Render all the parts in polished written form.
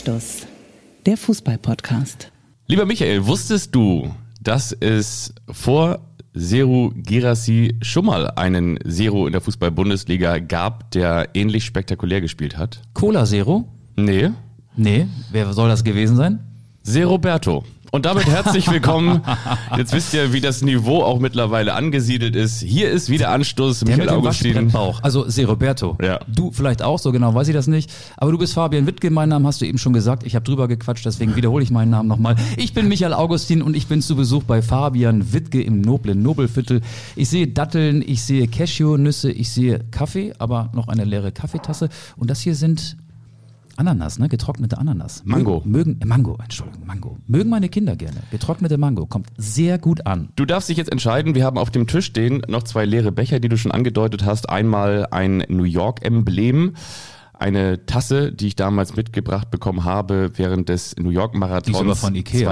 Anstoß, der Fußball-Podcast. Lieber Michael, wusstest du, dass es vor Serhou Guirassy schon mal einen Serhou in der Fußball-Bundesliga gab, der ähnlich spektakulär gespielt hat? Cola Zero? Nee. Nee, wer soll das gewesen sein? Seroberto. Und damit herzlich willkommen. Jetzt wisst ihr, wie das Niveau auch mittlerweile angesiedelt ist. Hier ist wieder Anstoß, Der Michael mit dem Augustin. Waschbrettbauch. Also Seroberto. Ja. Du vielleicht auch, so genau weiß ich das nicht. Aber du bist Fabian Wittke, meinen Namen hast du eben schon gesagt. Ich habe drüber gequatscht, deswegen wiederhole ich meinen Namen nochmal. Ich bin Michael Augustin und ich bin zu Besuch bei Fabian Wittke im noblen Nobelviertel. Ich sehe Datteln, ich sehe Cashewnüsse, ich sehe Kaffee, aber noch eine leere Kaffeetasse. Und das hier sind Ananas, ne? Getrocknete Ananas. Mango. Mango. Mögen meine Kinder gerne. Getrocknete Mango. Kommt sehr gut an. Du darfst dich jetzt entscheiden. Wir haben auf dem Tisch stehen noch 2 leere Becher, die du schon angedeutet hast. Einmal ein New York-Emblem, eine Tasse, die ich damals mitgebracht bekommen habe während des New York-Marathons. Die ist aber von Ikea,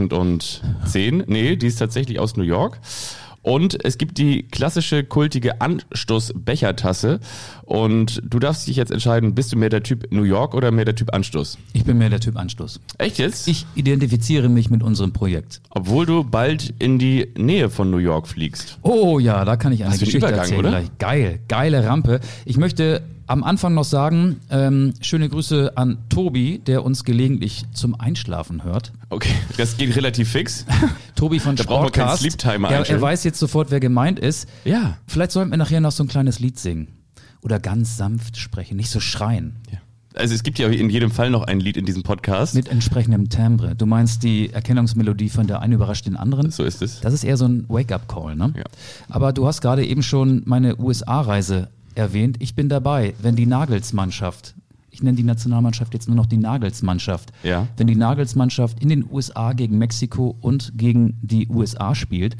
2010. Nee, die ist tatsächlich aus New York. Und es gibt die klassische kultige Anstoß-Bechertasse. Und du darfst dich jetzt entscheiden, bist du mehr der Typ New York oder mehr der Typ Anstoß? Ich bin mehr der Typ Anstoß. Echt jetzt? Ich identifiziere mich mit unserem Projekt. Obwohl du bald in die Nähe von New York fliegst. Oh ja, da kann ich eine Was für ein Geschichte Übergang, erzählen oder? gleich. Geile Rampe. Ich möchte am Anfang noch sagen, schöne Grüße an Tobi, der uns gelegentlich zum Einschlafen hört. Okay, das geht relativ fix. Tobi von Da braucht man keinen Sportcast. Sleep-Timer Er einstellen. weiß jetzt sofort, wer gemeint ist. Ja. Vielleicht sollten wir nachher noch so ein kleines Lied singen. Oder ganz sanft sprechen, nicht so schreien. Also es gibt ja in jedem Fall noch ein Lied in diesem Podcast. Mit entsprechendem Timbre. Du meinst die Erkennungsmelodie von der einen überrascht den anderen? So ist es. Das ist eher so ein Wake-up-Call, ne? Ja. Aber du hast gerade eben schon meine USA-Reise erwähnt. Ich bin dabei, wenn die Nagelsmannschaft, ich nenne die Nationalmannschaft jetzt nur noch die Nagelsmannschaft, Ja. wenn die Nagelsmannschaft in den USA gegen Mexiko und gegen die USA spielt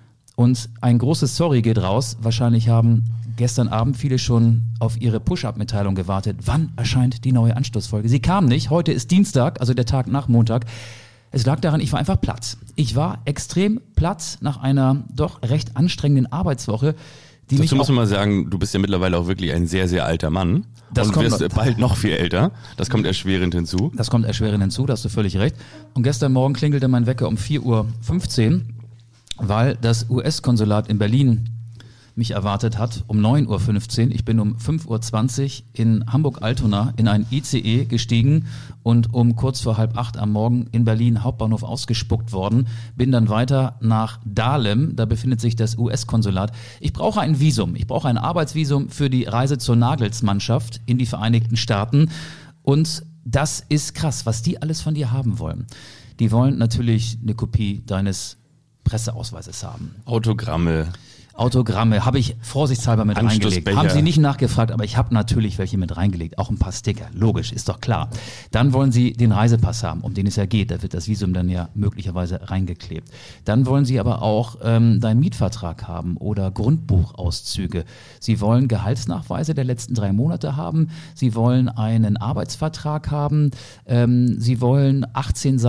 und ein großes Sorry geht raus, wahrscheinlich haben gestern Abend viele schon auf ihre Push-Up-Mitteilung gewartet. Wann erscheint die neue Anstoßfolge? Sie kam nicht. Heute ist Dienstag, also der Tag nach Montag. Es lag daran, ich war einfach platt. Ich war extrem platt nach einer doch recht anstrengenden Arbeitswoche. Die mich Dazu muss auch, man mal sagen, du bist ja mittlerweile auch wirklich ein sehr, sehr alter Mann. Das und kommt wirst noch. bald noch viel älter. Das kommt erschwerend hinzu. das kommt erschwerend hinzu, da hast du völlig recht. Und gestern Morgen klingelte mein Wecker um 4:15 Uhr, weil das US-Konsulat in Berlin mich erwartet hat um 9:15 Uhr. Ich bin um 5:20 Uhr in Hamburg-Altona in ein ICE gestiegen und um kurz vor 7:30 am Morgen in Berlin Hauptbahnhof ausgespuckt worden. Bin dann weiter nach Dahlem, da befindet sich das US-Konsulat. Ich brauche ein Visum, ich brauche ein Arbeitsvisum für die Reise zur Nagelsmannschaft in die Vereinigten Staaten. Und das ist krass, was die alles von dir haben wollen. Die wollen natürlich eine Kopie deines Presseausweises haben. Autogramme habe ich vorsichtshalber mit reingelegt. Anstoßbecher. Haben sie nicht nachgefragt, aber ich habe natürlich welche mit reingelegt. Auch ein paar Sticker, logisch, ist doch klar. Dann wollen sie den Reisepass haben, um den es ja geht. Da wird das Visum dann ja möglicherweise reingeklebt. Dann wollen sie aber auch deinen Mietvertrag haben oder Grundbuchauszüge. Sie wollen Gehaltsnachweise der letzten 3 Monate haben. Sie wollen einen Arbeitsvertrag haben. Sie wollen ein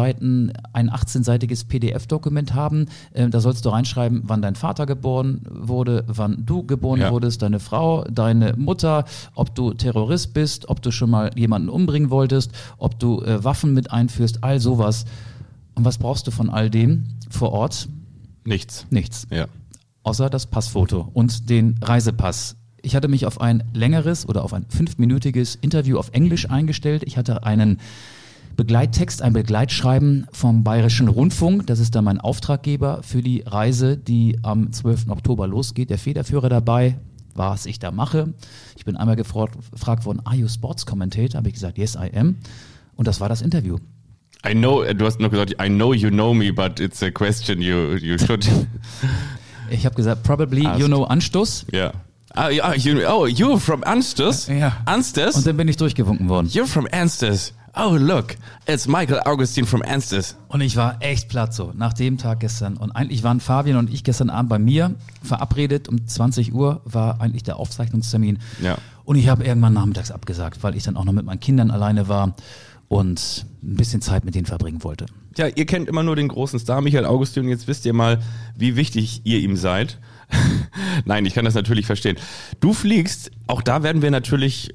18-seitiges PDF-Dokument haben. Da sollst du reinschreiben, wann dein Vater geboren wurde, wann du geboren wurdest, deine Frau, deine Mutter, ob du Terrorist bist, ob du schon mal jemanden umbringen wolltest, ob du Waffen mit einführst, all sowas. Und was brauchst du von all dem vor Ort? Nichts. Nichts. Ja. Außer das Passfoto und den Reisepass. Ich hatte mich auf ein längeres oder auf ein 5-minütiges Interview auf Englisch eingestellt. Ich hatte einen Begleittext, ein Begleitschreiben vom Bayerischen Rundfunk. Das ist dann mein Auftraggeber für die Reise, die am 12. Oktober losgeht. Der Federführer dabei, was ich da mache. Ich bin einmal gefragt worden, are you Sports Commentator? Habe ich gesagt, yes I am. Und das war das Interview. I know, du hast noch gesagt, I know you know me, but it's a question you should. Ich habe gesagt, probably you know Anstoß. Ja. You're from Anstoß? Ja. Anstoß? Und dann bin ich durchgewunken worden. You're from Anstoß. Oh, look, it's Michael Augustin from Anstoß. Und ich war echt platt so, nach dem Tag gestern. Und eigentlich waren Fabian und ich gestern Abend bei mir verabredet. Um 20 Uhr war eigentlich der Aufzeichnungstermin. Ja. Und ich habe irgendwann nachmittags abgesagt, weil ich dann auch noch mit meinen Kindern alleine war und ein bisschen Zeit mit denen verbringen wollte. Ja, ihr kennt immer nur den großen Star Michael Augustin und jetzt wisst ihr mal, wie wichtig ihr ihm seid. Nein, ich kann das natürlich verstehen. Du fliegst, auch da werden wir natürlich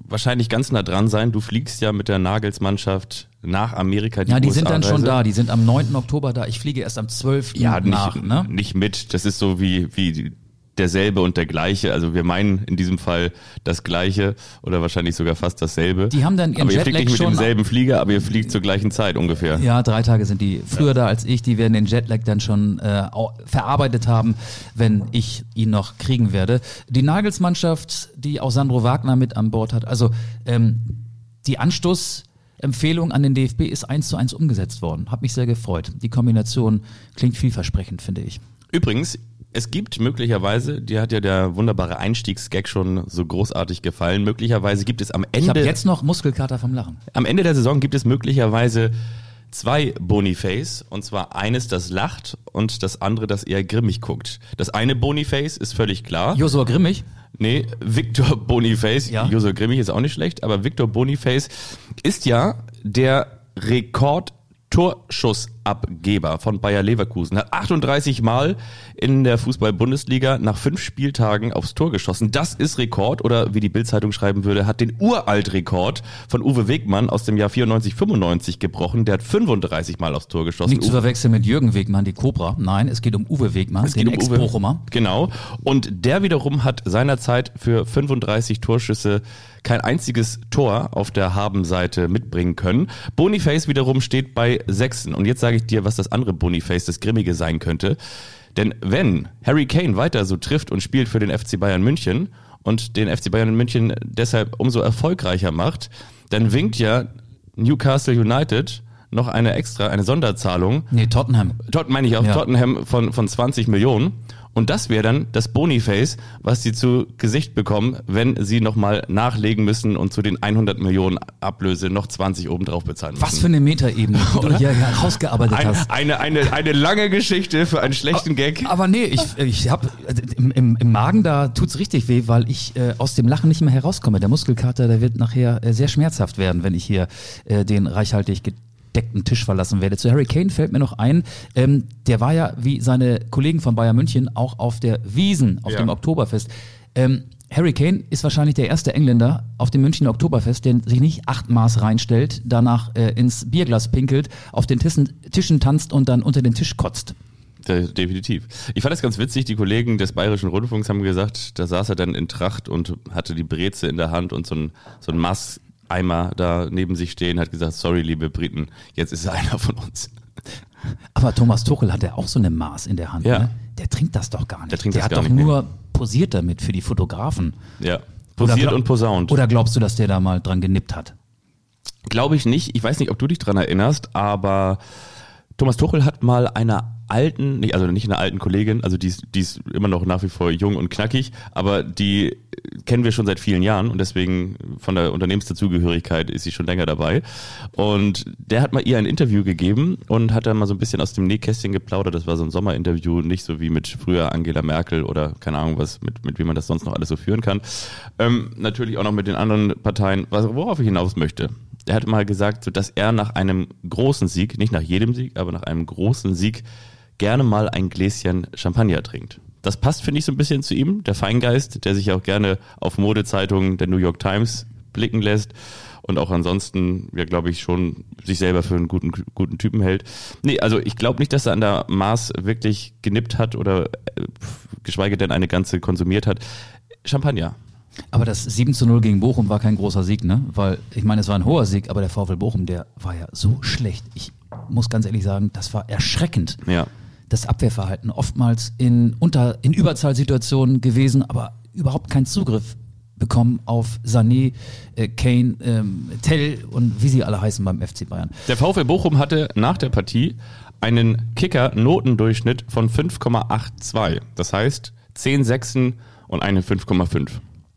wahrscheinlich ganz nah dran sein. Du fliegst ja mit der Nagelsmannschaft nach Amerika. Die sind dann schon da. Die sind am 9. Oktober da. Ich fliege erst am 12. nach. Nicht mit. Das ist so wie derselbe und der gleiche. Also wir meinen in diesem Fall das Gleiche oder wahrscheinlich sogar fast dasselbe. Die haben dann ihren aber ihr Jetlag fliegt nicht schon mit demselben Flieger, aber ihr fliegt zur gleichen Zeit ungefähr. Ja, 3 Tage sind die früher da als ich. Die werden den Jetlag dann schon verarbeitet haben, wenn ich ihn noch kriegen werde. Die Nagelsmannschaft, die auch Sandro Wagner mit an Bord hat, also die Anstoßempfehlung an den DFB ist 1:1 umgesetzt worden. Hat mich sehr gefreut. Die Kombination klingt vielversprechend, finde ich. Übrigens, es gibt möglicherweise, dir hat ja der wunderbare Einstiegsgag schon so großartig gefallen, möglicherweise gibt es am Ende... Ich habe jetzt noch Muskelkater vom Lachen. Am Ende der Saison gibt es möglicherweise 2 Boniface, und zwar eines, das lacht und das andere, das eher grimmig guckt. Das eine Boniface ist völlig klar. Josua Grimmig? Nee, Victor Boniface, ja. Josua Grimmig ist auch nicht schlecht, aber Victor Boniface ist ja der Rekord-Torschussabgeber von Bayer Leverkusen. Hat 38 Mal in der Fußball-Bundesliga nach 5 Spieltagen aufs Tor geschossen. Das ist Rekord, oder wie die Bild-Zeitung schreiben würde, hat den Uralt-Rekord von Uwe Wegmann aus dem Jahr 94/95 gebrochen. Der hat 35 Mal aufs Tor geschossen. Nicht zu verwechseln mit Jürgen Wegmann, die Cobra. Nein, es geht um Uwe Wegmann, den Ex-Bochumer. Genau. Und der wiederum hat seinerzeit für 35 Torschüsse kein einziges Tor auf der Habenseite mitbringen können. Boniface wiederum steht bei 6. Und jetzt sage ich dir, was das andere Boniface, das Grimmige, sein könnte. Denn wenn Harry Kane weiter so trifft und spielt für den FC Bayern München und den FC Bayern München deshalb umso erfolgreicher macht, dann winkt ja Newcastle United noch eine Sonderzahlung. Nee, Tottenham. Tottenham von 20 Millionen. Und das wäre dann das Boniface, was sie zu Gesicht bekommen, wenn sie nochmal nachlegen müssen und zu den 100 Millionen Ablöse noch 20 obendrauf bezahlen müssen. Was für eine Metaebene, die du hier rausgearbeitet hast. Eine lange Geschichte für einen schlechten Gag. Aber nee, ich habe im Magen, da tut's richtig weh, weil ich aus dem Lachen nicht mehr herauskomme. Der Muskelkater, der wird nachher sehr schmerzhaft werden, wenn ich hier den reichhaltig gedeckten Tisch verlassen werde. Zu Harry Kane fällt mir noch ein, der war ja wie seine Kollegen von Bayern München auch auf der Wiesn, auf dem Oktoberfest. Harry Kane ist wahrscheinlich der erste Engländer auf dem Münchner Oktoberfest, der sich nicht 8 Maß reinstellt, danach ins Bierglas pinkelt, auf den Tischen tanzt und dann unter den Tisch kotzt. Definitiv. Ich fand das ganz witzig, die Kollegen des Bayerischen Rundfunks haben gesagt, da saß er dann in Tracht und hatte die Breze in der Hand und so ein Maßeimer da neben sich stehen, hat gesagt, sorry, liebe Briten, jetzt ist er einer von uns. Aber Thomas Tuchel hat ja auch so eine Maß in der Hand. Ja. Ne? Der trinkt das doch gar nicht. Der hat doch nur posiert damit für die Fotografen. Ja, posiert und posaunt. Oder glaubst du, dass der da mal dran genippt hat? Glaube ich nicht. Ich weiß nicht, ob du dich dran erinnerst, aber Thomas Tuchel hat mal einer nicht einer alten Kollegin, also die ist immer noch nach wie vor jung und knackig, aber die kennen wir schon seit vielen Jahren und deswegen von der Unternehmensdazugehörigkeit ist sie schon länger dabei. Und der hat mal ihr ein Interview gegeben und hat dann mal so ein bisschen aus dem Nähkästchen geplaudert. Das war so ein Sommerinterview, nicht so wie mit früher Angela Merkel oder keine Ahnung was, mit wem man das sonst noch alles so führen kann. Natürlich auch noch mit den anderen Parteien, worauf ich hinaus möchte. Er hat mal gesagt, so, dass er nach einem großen Sieg, nicht nach jedem Sieg, aber nach einem großen Sieg gerne mal ein Gläschen Champagner trinkt. Das passt, finde ich, so ein bisschen zu ihm, der Feingeist, der sich auch gerne auf Modezeitungen der New York Times blicken lässt und auch ansonsten, ja, glaube ich, schon sich selber für einen guten Typen hält. Nee, also ich glaube nicht, dass er an der Maß wirklich genippt hat oder geschweige denn eine ganze konsumiert hat. Champagner. Aber das 7:0 gegen Bochum war kein großer Sieg, ne? Weil, ich meine, es war ein hoher Sieg, aber der VfL Bochum, der war ja so schlecht. Ich muss ganz ehrlich sagen, das war erschreckend. Ja. Das Abwehrverhalten oftmals in Überzahlsituationen gewesen, aber überhaupt keinen Zugriff bekommen auf Sané, Kane, Tell und wie sie alle heißen beim FC Bayern. Der VfL Bochum hatte nach der Partie einen Kicker-Notendurchschnitt von 5,82. Das heißt 10 Sechsen und eine 5,5.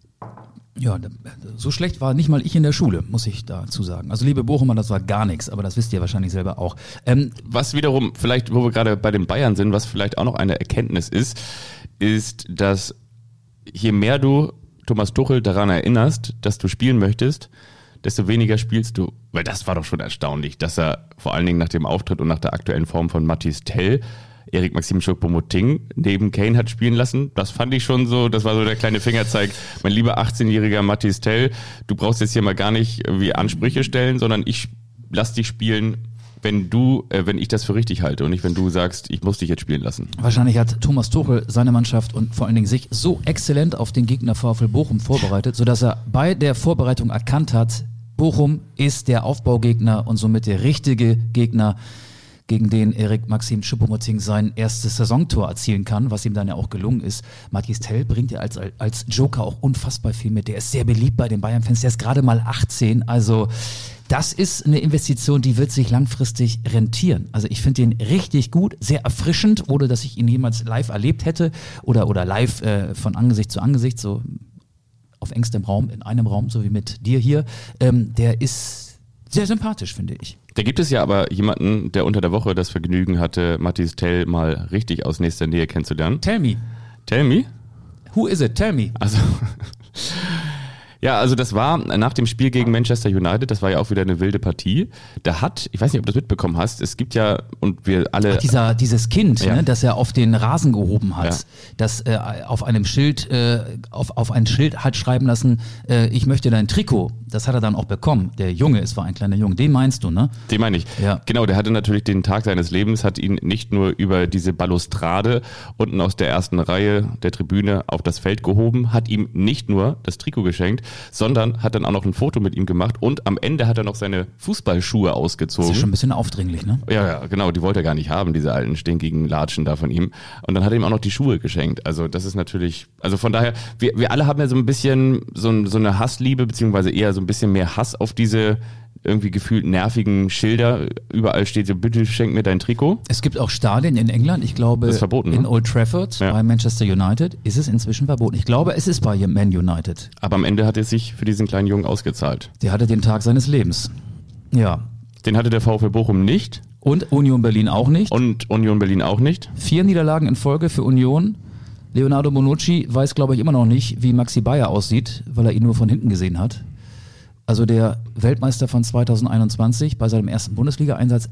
Ja, so schlecht war nicht mal ich in der Schule, muss ich dazu sagen. Also liebe Bochumer, das war gar nichts, aber das wisst ihr wahrscheinlich selber auch. Was wiederum, vielleicht, wo wir gerade bei den Bayern sind, was vielleicht auch noch eine Erkenntnis ist, dass je mehr du Thomas Tuchel daran erinnerst, dass du spielen möchtest, desto weniger spielst du. Weil das war doch schon erstaunlich, dass er vor allen Dingen nach dem Auftritt und nach der aktuellen Form von Mathys Tell Erik Maxim Choupo-Moting neben Kane hat spielen lassen. Das fand ich schon so, das war so der kleine Fingerzeig. Mein lieber 18-jähriger Mathys Tell, du brauchst jetzt hier mal gar nicht irgendwie Ansprüche stellen, sondern ich lass dich spielen, wenn ich das für richtig halte und nicht, wenn du sagst, ich muss dich jetzt spielen lassen. Wahrscheinlich hat Thomas Tuchel seine Mannschaft und vor allen Dingen sich so exzellent auf den Gegner VfL Bochum vorbereitet, sodass er bei der Vorbereitung erkannt hat, Bochum ist der Aufbaugegner und somit der richtige Gegner, gegen den Erik Maxim Choupo-Moting sein erstes Saisontor erzielen kann, was ihm dann ja auch gelungen ist. Mathys Tell bringt ja als Joker auch unfassbar viel mit. Der ist sehr beliebt bei den Bayern-Fans, der ist gerade mal 18, also das ist eine Investition, die wird sich langfristig rentieren. Also ich finde den richtig gut, sehr erfrischend, ohne dass ich ihn jemals live erlebt hätte oder live von Angesicht zu Angesicht, so auf engstem Raum, in einem Raum, so wie mit dir hier. Der ist sehr sympathisch, finde ich. Da gibt es ja aber jemanden, der unter der Woche das Vergnügen hatte, Mathys Tell mal richtig aus nächster Nähe kennenzulernen. Tell me. Tell me? Who is it? Tell me. Also... Ja, also das war nach dem Spiel gegen Manchester United, das war ja auch wieder eine wilde Partie. Da hat, ich weiß nicht, ob du das mitbekommen hast, es gibt ja, und wir alle... Dieses Kind, ja. Ne, das er auf den Rasen gehoben hat, ja. Das auf einem Schild, auf ein Schild hat schreiben lassen, ich möchte dein Trikot. Das hat er dann auch bekommen. Der Junge, es war ein kleiner Junge, den meinst du, ne? Den meine ich. Ja. Genau, der hatte natürlich den Tag seines Lebens, hat ihn nicht nur über diese Balustrade unten aus der ersten Reihe der Tribüne auf das Feld gehoben, hat ihm nicht nur das Trikot geschenkt, sondern hat dann auch noch ein Foto mit ihm gemacht und am Ende hat er noch seine Fußballschuhe ausgezogen. Das ist schon ein bisschen aufdringlich, ne? Ja, genau, die wollte er gar nicht haben, diese alten stinkigen Latschen da von ihm. Und dann hat er ihm auch noch die Schuhe geschenkt. Also das ist natürlich, also von daher, wir alle haben ja so ein bisschen so eine Hassliebe, beziehungsweise eher so ein bisschen mehr Hass auf diese irgendwie gefühlt nervigen Schilder. Überall steht so, bitte schenk mir dein Trikot. Es gibt auch Stadien in England, ich glaube das ist verboten, in ne? Old Trafford, ja. Bei Manchester United ist es inzwischen verboten. Ich glaube, es ist bei Man United. Aber am Ende hat es sich für diesen kleinen Jungen ausgezahlt. Der hatte den Tag seines Lebens. Ja. Den hatte der VfL Bochum nicht. Und Union Berlin auch nicht. Und Union Berlin auch nicht. 4 Niederlagen in Folge für Union. Leonardo Bonucci weiß, glaube ich, immer noch nicht, wie Maxi Bayer aussieht, weil er ihn nur von hinten gesehen hat. Also der Weltmeister von 2021 bei seinem ersten Bundesliga-Einsatz,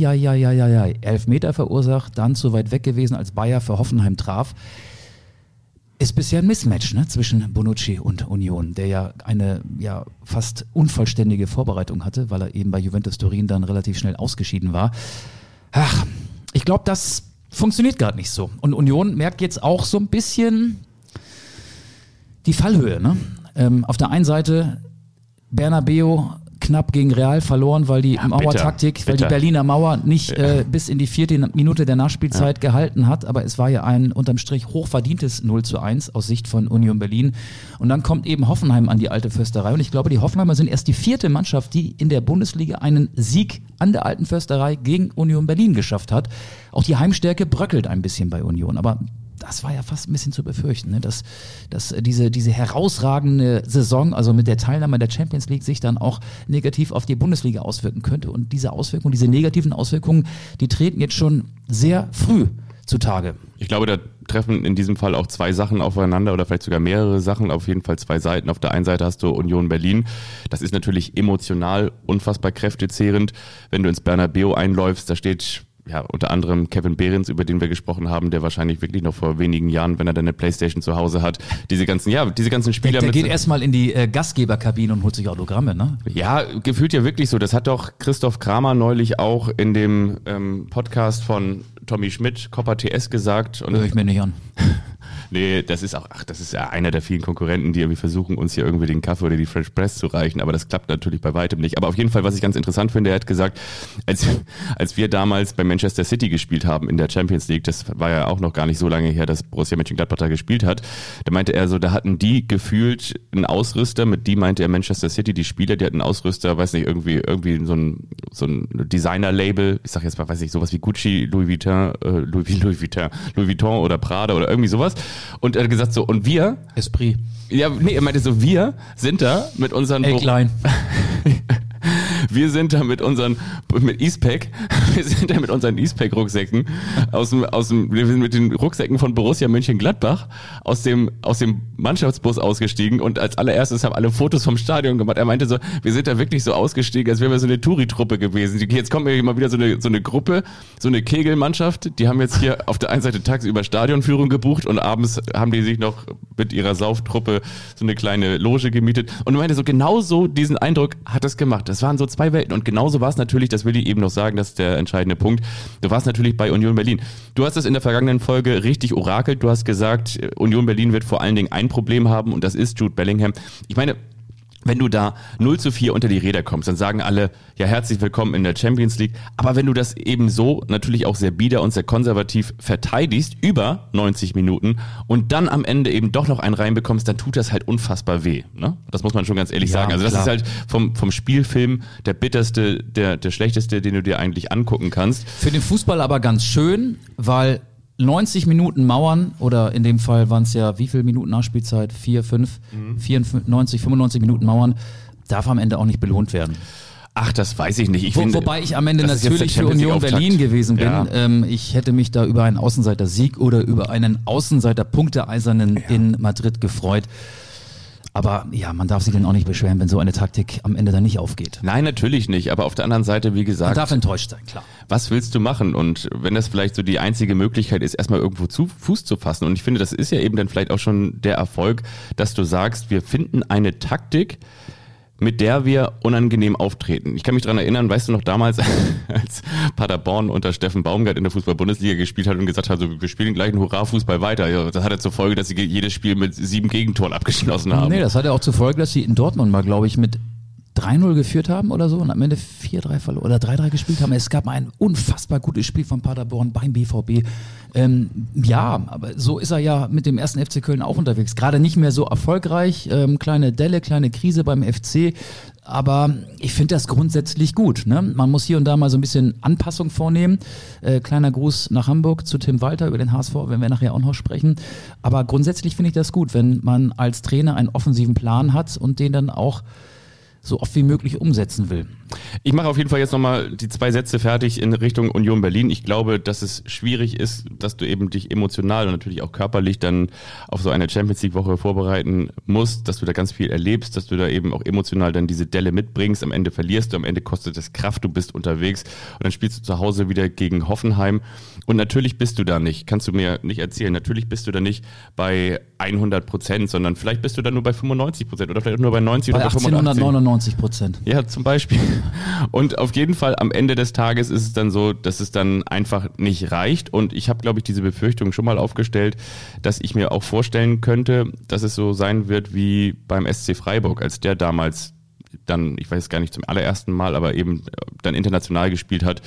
11 Meter verursacht, dann zu weit weg gewesen, als Bayer für Hoffenheim traf. Ist bisher ein Mismatch, ne, zwischen Bonucci und Union, der ja eine fast unvollständige Vorbereitung hatte, weil er eben bei Juventus Turin dann relativ schnell ausgeschieden war. Ach, ich glaube, das funktioniert gerade nicht so. Und Union merkt jetzt auch so ein bisschen die Fallhöhe. Ne? Auf der einen Seite Bernabeu knapp gegen Real verloren, weil die Mauertaktik, weil die Berliner Mauer nicht bis in die 4. Minute der Nachspielzeit gehalten hat, aber es war ja ein unterm Strich hochverdientes 0:1 aus Sicht von Union Berlin. Und dann kommt eben Hoffenheim an die alte Försterei und ich glaube, die Hoffenheimer sind erst die 4. Mannschaft, die in der Bundesliga einen Sieg an der alten Försterei gegen Union Berlin geschafft hat. Auch die Heimstärke bröckelt ein bisschen bei Union, aber das war ja fast ein bisschen zu befürchten, ne? Dass diese herausragende Saison, also mit der Teilnahme der Champions League, sich dann auch negativ auf die Bundesliga auswirken könnte. Und diese Auswirkungen, diese negativen Auswirkungen, die treten jetzt schon sehr früh zutage. Ich glaube, da treffen in diesem Fall auch 2 Sachen aufeinander oder vielleicht sogar mehrere Sachen, auf jeden Fall 2 Seiten. Auf der einen Seite hast du Union Berlin. Das ist natürlich emotional unfassbar kräftezehrend. Wenn du ins Bernabeu einläufst, da steht ja unter anderem Kevin Behrens, über den wir gesprochen haben, der wahrscheinlich wirklich noch vor wenigen Jahren, wenn er dann eine Playstation zu Hause hat, diese ganzen Spieler der geht erstmal in die Gastgeberkabine und holt sich Autogramme, ne? Ja, gefühlt ja wirklich so. Das hat doch Christoph Kramer neulich auch in dem Podcast von Tommy Schmidt, Copper TS, gesagt. Hör ich mir nicht an. Nee, das ist ja einer der vielen Konkurrenten, die irgendwie versuchen, uns hier irgendwie den Kaffee oder die French Press zu reichen, aber das klappt natürlich bei weitem nicht. Aber auf jeden Fall, was ich ganz interessant finde, er hat gesagt, als wir damals bei Manchester City gespielt haben in der Champions League, das war ja auch noch gar nicht so lange her, dass Borussia Mönchengladbach da gespielt hat, da meinte er so, da hatten die gefühlt einen Ausrüster, mit die meinte er Manchester City, die Spieler, die hatten einen Ausrüster, weiß nicht, irgendwie so ein Designer-Label, ich sag jetzt mal, weiß nicht, sowas wie Gucci, Louis Vuitton oder Prada oder irgendwie sowas. Und er hat gesagt so, und wir... Esprit. Ja, nee, er meinte so, wir sind da mit unseren... Wir sind da mit unseren Eastpack-Rucksäcken wir sind mit den Rucksäcken von Borussia Mönchengladbach aus dem Mannschaftsbus ausgestiegen und als allererstes haben alle Fotos vom Stadion gemacht. Er meinte so, wir sind da wirklich so ausgestiegen, als wären wir so eine Touri-Truppe gewesen. Jetzt kommt mir mal wieder so eine Gruppe, so eine Kegelmannschaft, die haben jetzt hier auf der einen Seite tagsüber Stadionführung gebucht und abends haben die sich noch mit ihrer Sauftruppe so eine kleine Loge gemietet. Und er meinte so, genauso diesen Eindruck hat es gemacht. Das waren so zwei Welten. Und genauso war es natürlich, das will ich eben noch sagen, das ist der entscheidende Punkt, du warst natürlich bei Union Berlin. Du hast es in der vergangenen Folge richtig orakelt. Du hast gesagt, Union Berlin wird vor allen Dingen ein Problem haben und das ist Jude Bellingham. Ich meine, wenn du da 0:4 unter die Räder kommst, dann sagen alle, ja, herzlich willkommen in der Champions League. Aber wenn du das eben so natürlich auch sehr bieder und sehr konservativ verteidigst, über 90 Minuten und dann am Ende eben doch noch einen reinbekommst, dann tut das halt unfassbar weh. Ne? Das muss man schon ganz ehrlich sagen. Also das ist halt vom Spielfilm der bitterste, der schlechteste, den du dir eigentlich angucken kannst. Für den Fußball aber ganz schön, weil 90 Minuten Mauern, oder in dem Fall waren es ja, wie viele Minuten Nachspielzeit? 94, 95 Minuten Mauern, darf am Ende auch nicht belohnt werden. Ach, das weiß ich nicht. Wobei ich am Ende natürlich für Union Berlin gewesen bin. Ja. Ich hätte mich da über einen Außenseiter-Sieg oder über einen Außenseiter-Punkteeisernen in Madrid gefreut. Aber ja, man darf sich dann auch nicht beschweren, wenn so eine Taktik am Ende dann nicht aufgeht. Nein, natürlich nicht. Aber auf der anderen Seite, wie gesagt... Man darf enttäuscht sein, klar. Was willst du machen? Und wenn das vielleicht so die einzige Möglichkeit ist, erstmal irgendwo Fuß zu fassen. Und ich finde, das ist ja eben dann vielleicht auch schon der Erfolg, dass du sagst, wir finden eine Taktik, mit der wir unangenehm auftreten. Ich kann mich daran erinnern, weißt du noch damals, als Paderborn unter Steffen Baumgart in der Fußball-Bundesliga gespielt hat und gesagt hat, so, wir spielen gleich einen Hurra-Fußball weiter. Ja, das hatte zur Folge, dass sie jedes Spiel mit 7 Gegentoren abgeschlossen haben. Nee, das hatte auch zur Folge, dass sie in Dortmund mal, glaube ich, mit 3-0 geführt haben oder so und am Ende 4-3 verloren oder 3-3 gespielt haben. Es gab ein unfassbar gutes Spiel von Paderborn beim BVB. Ja, aber so ist er ja mit dem 1. FC Köln auch unterwegs. Gerade nicht mehr so erfolgreich, kleine Delle, kleine Krise beim FC. Aber ich finde das grundsätzlich gut. Ne? Man muss hier und da mal so ein bisschen Anpassung vornehmen. Kleiner Gruß nach Hamburg zu Tim Walter über den HSV, wenn wir nachher auch noch sprechen. Aber grundsätzlich finde ich das gut, wenn man als Trainer einen offensiven Plan hat und den dann auch so oft wie möglich umsetzen will. Ich mache auf jeden Fall jetzt nochmal die 2 Sätze fertig in Richtung Union Berlin. Ich glaube, dass es schwierig ist, dass du eben dich emotional und natürlich auch körperlich dann auf so eine Champions-League-Woche vorbereiten musst, dass du da ganz viel erlebst, dass du da eben auch emotional dann diese Delle mitbringst. Am Ende verlierst du, am Ende kostet es Kraft, du bist unterwegs und dann spielst du zu Hause wieder gegen Hoffenheim. Und natürlich bist du da nicht, kannst du mir nicht erzählen, natürlich bist du da nicht bei 100%, sondern vielleicht bist du da nur bei 95% oder vielleicht nur bei 90 bei oder bei 1899%. Ja, zum Beispiel. Und auf jeden Fall am Ende des Tages ist es dann so, dass es dann einfach nicht reicht. Und ich habe, glaube ich, diese Befürchtung schon mal aufgestellt, dass ich mir auch vorstellen könnte, dass es so sein wird wie beim SC Freiburg, als der damals dann, ich weiß gar nicht zum allerersten Mal, aber eben dann international gespielt hat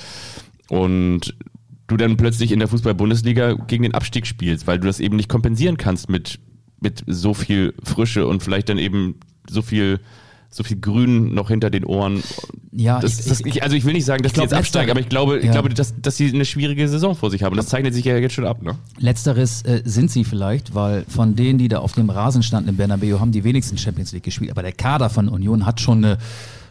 und du dann plötzlich in der Fußball-Bundesliga gegen den Abstieg spielst, weil du das eben nicht kompensieren kannst mit so viel Frische und vielleicht dann eben so viel Grün noch hinter den Ohren. Ja, ich will nicht sagen, dass die jetzt absteigen, aber ich glaube, dass sie eine schwierige Saison vor sich haben. Und das zeichnet sich ja jetzt schon ab, ne? Letzteres sind sie vielleicht, weil von denen, die da auf dem Rasen standen im Bernabeu, haben die wenigsten Champions League gespielt. Aber der Kader von Union hat schon eine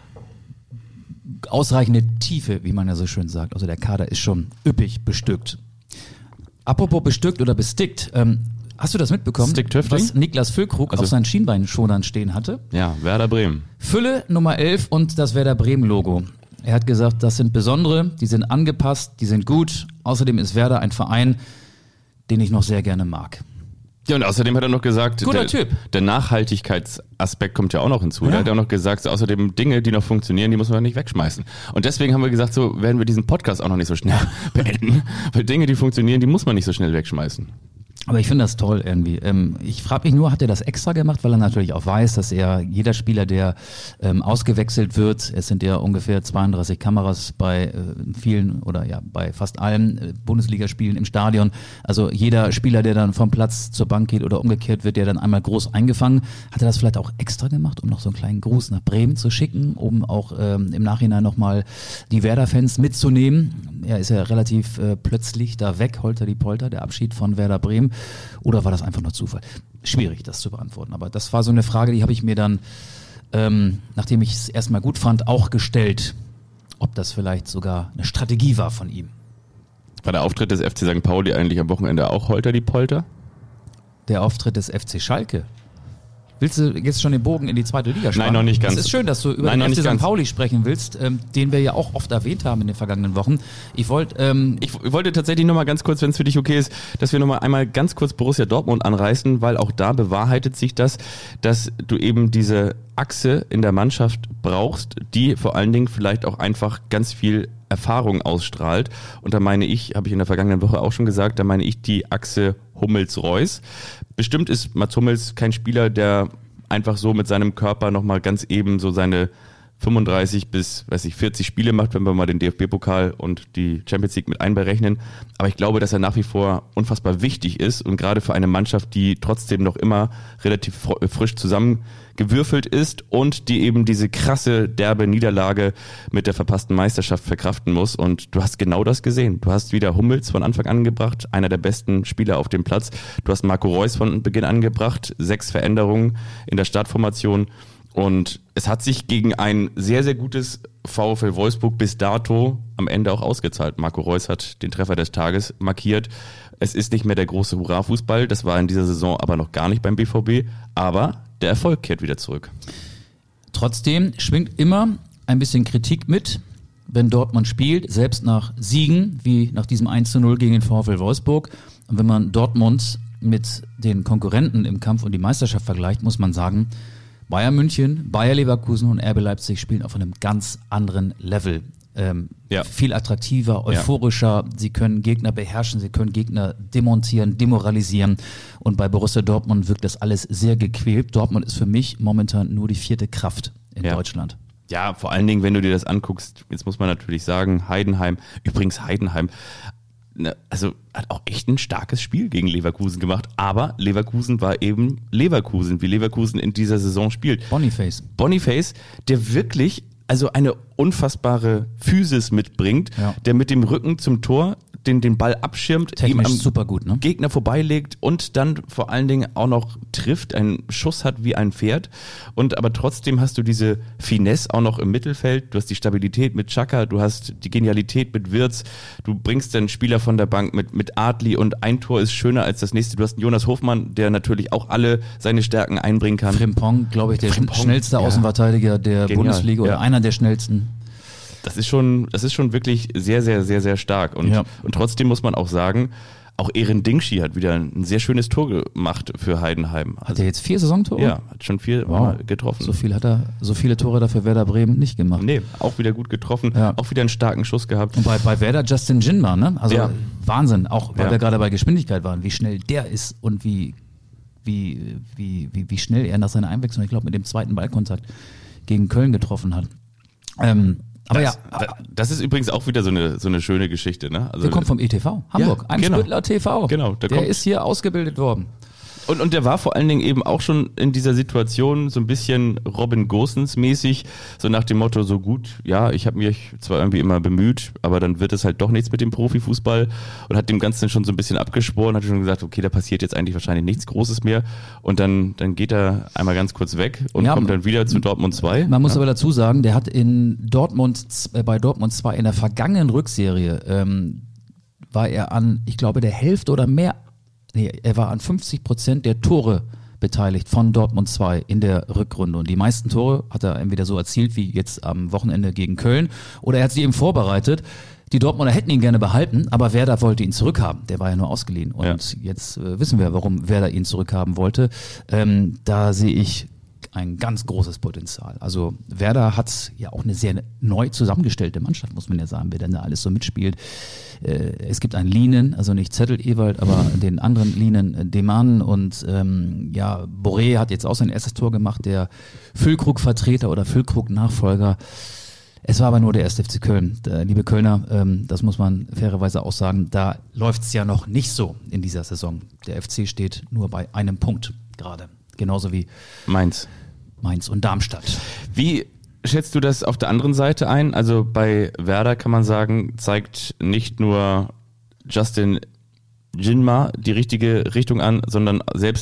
ausreichende Tiefe, wie man ja so schön sagt. Also der Kader ist schon üppig bestückt. Apropos bestückt oder bestickt, hast du das mitbekommen, was Niklas Füllkrug auf seinen Schienbeinschonern stehen hatte? Ja, Werder Bremen. Fülle Nummer 11 und das Werder Bremen Logo. Er hat gesagt, das sind besondere, die sind angepasst, die sind gut. Außerdem ist Werder ein Verein, den ich noch sehr gerne mag. Ja, und außerdem hat er noch gesagt, Typ. Der Nachhaltigkeitsaspekt kommt ja auch noch hinzu. Ja. Er hat auch noch gesagt, so, außerdem Dinge, die noch funktionieren, die muss man nicht wegschmeißen. Und deswegen haben wir gesagt, so werden wir diesen Podcast auch noch nicht so schnell beenden. Weil Dinge, die funktionieren, die muss man nicht so schnell wegschmeißen. Aber ich finde das toll irgendwie. Ich frage mich nur, hat er das extra gemacht, weil er natürlich auch weiß, dass jeder Spieler, der ausgewechselt wird, es sind ja ungefähr 32 Kameras bei vielen oder ja bei fast allen Bundesligaspielen im Stadion. Also jeder Spieler, der dann vom Platz zur Bank geht oder umgekehrt, wird ja dann einmal groß eingefangen. Hat er das vielleicht auch extra gemacht, um noch so einen kleinen Gruß nach Bremen zu schicken, um auch im Nachhinein nochmal die Werder-Fans mitzunehmen? Er ist ja relativ plötzlich da weg, holter die Polter, der Abschied von Werder Bremen. Oder war das einfach nur Zufall? Schwierig, das zu beantworten. Aber das war so eine Frage, die habe ich mir dann nachdem ich es erstmal gut fand, auch gestellt, ob das vielleicht sogar eine Strategie war von ihm. War der Auftritt des FC St. Pauli eigentlich am Wochenende auch Holter die Polter? Der Auftritt des FC Schalke. Willst du jetzt schon den Bogen in die zweite Liga spannen? Nein, noch nicht ganz. Es ist schön, dass du über den FC St. Pauli sprechen willst, den wir ja auch oft erwähnt haben in den vergangenen Wochen. Ich wollte tatsächlich nochmal ganz kurz, wenn es für dich okay ist, dass wir nochmal einmal ganz kurz Borussia Dortmund anreißen, weil auch da bewahrheitet sich das, dass du eben diese Achse in der Mannschaft brauchst, die vor allen Dingen vielleicht auch einfach ganz viel Erfahrung ausstrahlt. Und da meine ich, habe ich in der vergangenen Woche auch schon gesagt, da meine ich die Achse Hummels-Reus. Bestimmt ist Mats Hummels kein Spieler, der einfach so mit seinem Körper nochmal ganz eben so seine 35 bis 40 Spiele macht, wenn wir mal den DFB-Pokal und die Champions League mit einberechnen. Aber ich glaube, dass er nach wie vor unfassbar wichtig ist und gerade für eine Mannschaft, die trotzdem noch immer relativ frisch zusammengewürfelt ist und die eben diese krasse, derbe Niederlage mit der verpassten Meisterschaft verkraften muss. Und du hast genau das gesehen. Du hast wieder Hummels von Anfang an gebracht, einer der besten Spieler auf dem Platz. Du hast Marco Reus von Beginn an gebracht, 6 Veränderungen in der Startformation. Und es hat sich gegen ein sehr, sehr gutes VfL Wolfsburg bis dato am Ende auch ausgezahlt. Marco Reus hat den Treffer des Tages markiert. Es ist nicht mehr der große Hurra-Fußball, das war in dieser Saison aber noch gar nicht beim BVB, aber der Erfolg kehrt wieder zurück. Trotzdem schwingt immer ein bisschen Kritik mit, wenn Dortmund spielt, selbst nach Siegen, wie nach diesem 1:0 gegen den VfL Wolfsburg. Und wenn man Dortmund mit den Konkurrenten im Kampf um die Meisterschaft vergleicht, muss man sagen, Bayern München, Bayer Leverkusen und RB Leipzig spielen auf einem ganz anderen Level. Viel attraktiver, euphorischer, sie können Gegner beherrschen, sie können Gegner demontieren, demoralisieren und bei Borussia Dortmund wirkt das alles sehr gequält. Dortmund ist für mich momentan nur die 4. Kraft in Deutschland. Ja, vor allen Dingen, wenn du dir das anguckst, jetzt muss man natürlich sagen, Heidenheim, also hat auch echt ein starkes Spiel gegen Leverkusen gemacht, aber Leverkusen war eben Leverkusen, wie Leverkusen in dieser Saison spielt. Boniface, der wirklich also eine unfassbare Physis mitbringt, der mit dem Rücken zum Tor den Ball abschirmt, technisch ihm am super gut, ne? Gegner vorbeilegt und dann vor allen Dingen auch noch trifft, einen Schuss hat wie ein Pferd und aber trotzdem hast du diese Finesse auch noch im Mittelfeld, du hast die Stabilität mit Xhaka, du hast die Genialität mit Wirtz, du bringst den Spieler von der Bank mit Adli und ein Tor ist schöner als das nächste, du hast einen Jonas Hofmann, der natürlich auch alle seine Stärken einbringen kann. Frimpong, glaube ich, der schnellste Außenverteidiger der Bundesliga oder einer der schnellsten. Das ist schon wirklich sehr, sehr, sehr, sehr stark. Und trotzdem muss man auch sagen, auch Eren Dingschi hat wieder ein sehr schönes Tor gemacht für Heidenheim. Hat er jetzt 4 Saisontore? Ja, hat schon 4 Mal getroffen. So viele Tore dafür Werder Bremen nicht gemacht. Nee, auch wieder gut getroffen, auch wieder einen starken Schuss gehabt. Und bei Werder Justin Jinma, ne? Also Wahnsinn, auch weil wir gerade bei Geschwindigkeit waren, wie schnell der ist und wie schnell er nach seiner Einwechslung, ich glaube mit dem zweiten Ballkontakt gegen Köln getroffen hat. Das ist übrigens auch wieder so eine schöne Geschichte, ne? Also, der kommt vom ETV, Hamburg, Eimsbüttler TV. Genau, der ist hier ausgebildet worden. Und der war vor allen Dingen eben auch schon in dieser Situation so ein bisschen Robin Gosens mäßig, so nach dem Motto, so gut, ja, ich habe mich zwar irgendwie immer bemüht, aber dann wird es halt doch nichts mit dem Profifußball und hat dem Ganzen schon so ein bisschen abgeschworen, hat schon gesagt, okay, da passiert jetzt eigentlich wahrscheinlich nichts Großes mehr und dann geht er einmal ganz kurz weg und kommt dann wieder zu Dortmund 2. Man muss aber dazu sagen, der hat bei Dortmund 2 in der vergangenen Rückserie war er an, ich glaube, der Hälfte oder mehr. Er war an 50% der Tore beteiligt von Dortmund 2 in der Rückrunde. Und die meisten Tore hat er entweder so erzielt wie jetzt am Wochenende gegen Köln oder er hat sie eben vorbereitet. Die Dortmunder hätten ihn gerne behalten, aber Werder wollte ihn zurückhaben. Der war ja nur ausgeliehen. Und jetzt wissen wir, warum Werder ihn zurückhaben wollte. Da sehe ich ein ganz großes Potenzial. Also Werder hat ja auch eine sehr neu zusammengestellte Mannschaft, muss man ja sagen, wer denn da alles so mitspielt. Es gibt einen Lienen, also nicht Zettel-Ewald, aber den anderen Lienen, Deman und Boré hat jetzt auch sein erstes Tor gemacht, der Füllkrug-Vertreter oder Füllkrug-Nachfolger. Es war aber nur der 1. FC Köln. Liebe Kölner, das muss man fairerweise auch sagen, da läuft es ja noch nicht so in dieser Saison. Der FC steht nur bei einem Punkt gerade. Genauso wie Mainz und Darmstadt. Wie schätzt du das auf der anderen Seite ein? Also bei Werder kann man sagen, zeigt nicht nur Justin Jinma die richtige Richtung an, sondern selbst das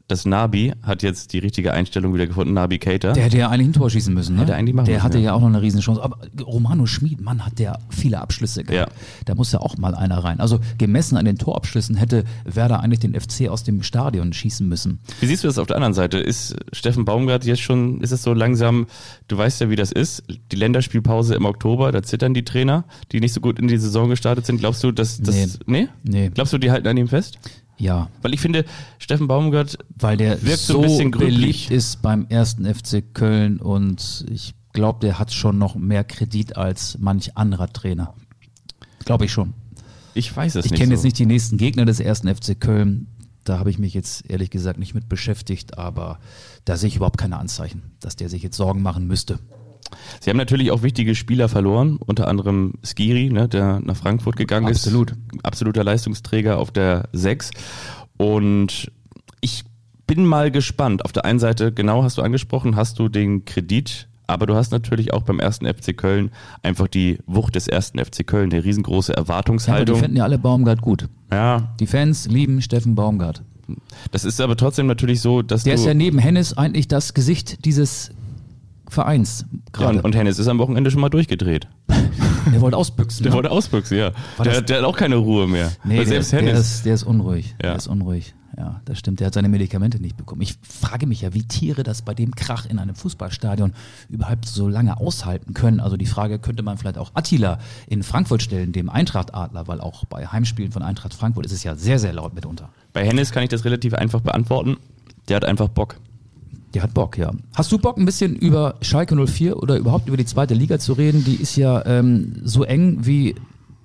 dass Nabi hat jetzt die richtige Einstellung wieder gefunden, Nabi Keita. Der hätte ja eigentlich ein Tor schießen müssen, ne? Hätte eigentlich machen der müssen, hatte ja. ja auch noch eine Riesenchance. Aber Romano Schmid, Mann, hat der viele Abschlüsse gehabt. Ja. Da muss ja auch mal einer rein. Also gemessen an den Torabschlüssen hätte Werder eigentlich den FC aus dem Stadion schießen müssen. Wie siehst du das auf der anderen Seite? Ist Steffen Baumgart jetzt schon, ist es so langsam, du weißt ja, wie das ist, die Länderspielpause im Oktober, da zittern die Trainer, die nicht so gut in die Saison gestartet sind. Glaubst du, dass das, nee? Glaubst du, die halten an ihm fest? Ja. Weil ich finde, Steffen Baumgart, weil der wirkt so so ein bisschen gründlich. beliebt ist beim 1. FC Köln und ich glaube, der hat schon noch mehr Kredit als manch anderer Trainer. Glaube ich schon. ich weiß es Ich nicht kenne so. jetzt nicht die nächsten Gegner des 1. FC Köln. Da habe ich mich jetzt ehrlich gesagt nicht mit beschäftigt, aber da sehe ich überhaupt keine Anzeichen, dass der sich jetzt Sorgen machen müsste. Sie haben natürlich auch wichtige Spieler verloren, unter anderem Skiri, ne, der nach Frankfurt gegangen Absolut. ist. Absoluter Leistungsträger auf der 6. Und ich bin mal gespannt. Auf der einen Seite, genau hast du angesprochen, hast du den Kredit, aber du hast natürlich auch beim 1. FC Köln einfach die Wucht des 1. FC Köln, eine riesengroße Ja, aber die Erwartungshaltung. finden ja alle Baumgart gut. Ja, Die Fans lieben Steffen Baumgart. das ist aber trotzdem natürlich so, dass Der du... ist ja neben Hennes eigentlich das Gesicht dieses Vereins Ja, gerade. und Hennes ist am Wochenende schon mal durchgedreht. Der wollte ausbüchsen. Der ne? wollte ausbüchsen, ja. War Der, das- der hat auch keine Ruhe mehr. Nee, Weil der selbst Hennes... ist unruhig. Ja. Der ist unruhig. Ja, das stimmt. Der hat seine Medikamente nicht bekommen. Ich frage mich ja, wie Tiere das bei dem Krach in einem Fußballstadion überhaupt so lange aushalten können. Also die Frage könnte man vielleicht auch Attila in Frankfurt stellen, dem Eintracht-Adler, weil auch bei Heimspielen von Eintracht Frankfurt ist es ja sehr, sehr laut mitunter. Bei Hennes kann ich das relativ einfach beantworten. Der hat einfach Bock. Der hat Bock, ja. Hast du Bock, ein bisschen über Schalke 04 oder überhaupt über die zweite Liga zu reden? Die ist ja so eng, wie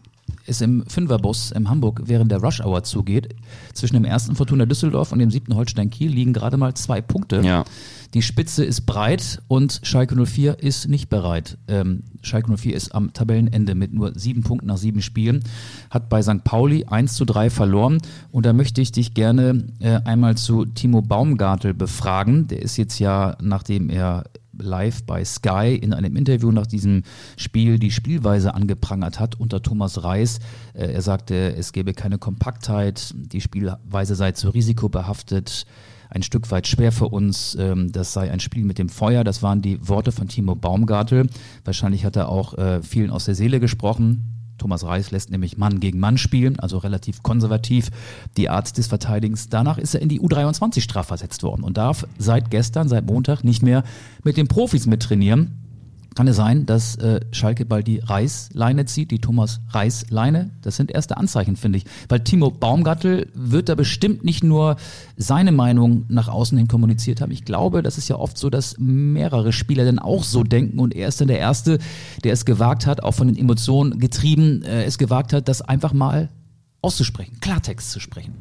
es im Fünferbus in Hamburg während der Rush Hour zugeht. Zwischen dem ersten Fortuna Düsseldorf und dem 7. Holstein Kiel liegen gerade mal 2 Punkte. Ja. Die Spitze ist breit und Schalke 04 ist nicht bereit. Schalke 04 ist am Tabellenende mit nur 7 Punkten nach 7 Spielen, hat bei St. Pauli 1:3 verloren. Und da möchte ich dich gerne einmal zu Timo Baumgartel befragen. Der ist jetzt ja, nachdem er live bei Sky in einem Interview nach diesem Spiel die Spielweise angeprangert hat unter Thomas Reis. Er sagte, es gäbe keine Kompaktheit, die Spielweise sei zu risikobehaftet, ein Stück weit schwer für uns, das sei ein Spiel mit dem Feuer. Das waren die Worte von Timo Baumgartel. Wahrscheinlich hat er auch vielen aus der Seele gesprochen. Thomas Reis lässt nämlich Mann gegen Mann spielen, also relativ konservativ die Art des Verteidigens. Danach ist er in die U23 strafversetzt worden und darf seit Montag, nicht mehr mit den Profis mittrainieren. Kann es sein, dass Schalke bald die Reis-Leine zieht, die Thomas-Reis-Leine? Das sind erste Anzeichen, finde ich. Weil Timo Baumgartel wird da bestimmt nicht nur seine Meinung nach außen hin kommuniziert haben. Ich glaube, das ist ja oft so, dass mehrere Spieler dann auch so denken und er ist dann der Erste, der es gewagt hat, auch von den Emotionen getrieben, es gewagt hat, das einfach mal auszusprechen, Klartext zu sprechen.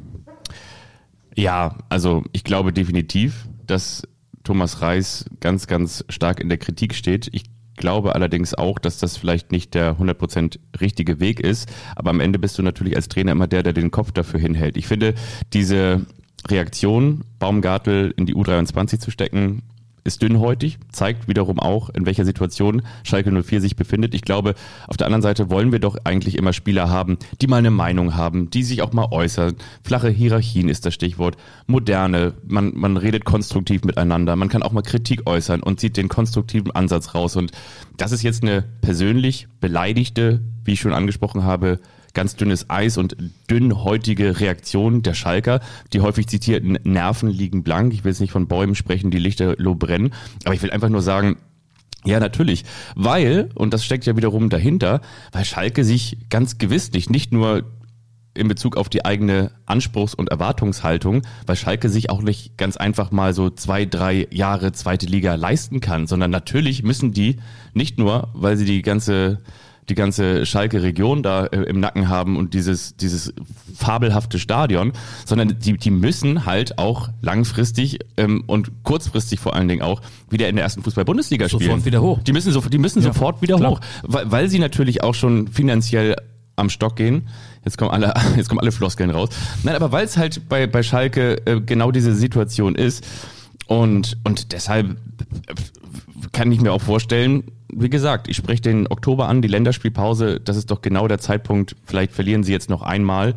Ja, also ich glaube definitiv, dass Thomas Reis ganz, ganz stark in der Kritik steht. Ich glaube allerdings auch, dass das vielleicht nicht der 100% richtige Weg ist. Aber am Ende bist du natürlich als Trainer immer der den Kopf dafür hinhält. Ich finde, diese Reaktion, Baumgartel in die U23 zu stecken, ist dünnhäutig, zeigt wiederum auch, in welcher Situation Schalke 04 sich befindet. Ich glaube, auf der anderen Seite wollen wir doch eigentlich immer Spieler haben, die mal eine Meinung haben, die sich auch mal äußern. Flache Hierarchien ist das Stichwort. Moderne, man redet konstruktiv miteinander, man kann auch mal Kritik äußern und zieht den konstruktiven Ansatz raus. Und das ist jetzt eine persönlich beleidigte, wie ich schon angesprochen habe, ganz dünnes Eis und dünnhäutige Reaktion der Schalker. Die häufig zitierten Nerven liegen blank. Ich will jetzt nicht von Bäumen sprechen, die Lichterloh brennen. Aber ich will einfach nur sagen, ja, natürlich, weil, und das steckt ja wiederum dahinter, weil Schalke sich ganz gewiss nicht nur in Bezug auf die eigene Anspruchs- und Erwartungshaltung, weil Schalke sich auch nicht ganz einfach mal so 2-3 Jahre zweite Liga leisten kann, sondern natürlich müssen die nicht nur, weil sie die ganze Schalke-Region da im Nacken haben und dieses fabelhafte Stadion, sondern die müssen halt auch langfristig und kurzfristig vor allen Dingen auch wieder in der ersten Fußball-Bundesliga spielen. Sofort wieder hoch. Die müssen sofort wieder klar. hoch, weil sie natürlich auch schon finanziell am Stock gehen. Jetzt kommen alle Floskeln raus. Nein, aber weil es halt bei Schalke genau diese Situation ist und deshalb kann ich mir auch vorstellen, wie gesagt, ich spreche den Oktober an, die Länderspielpause, das ist doch genau der Zeitpunkt, vielleicht verlieren sie jetzt noch einmal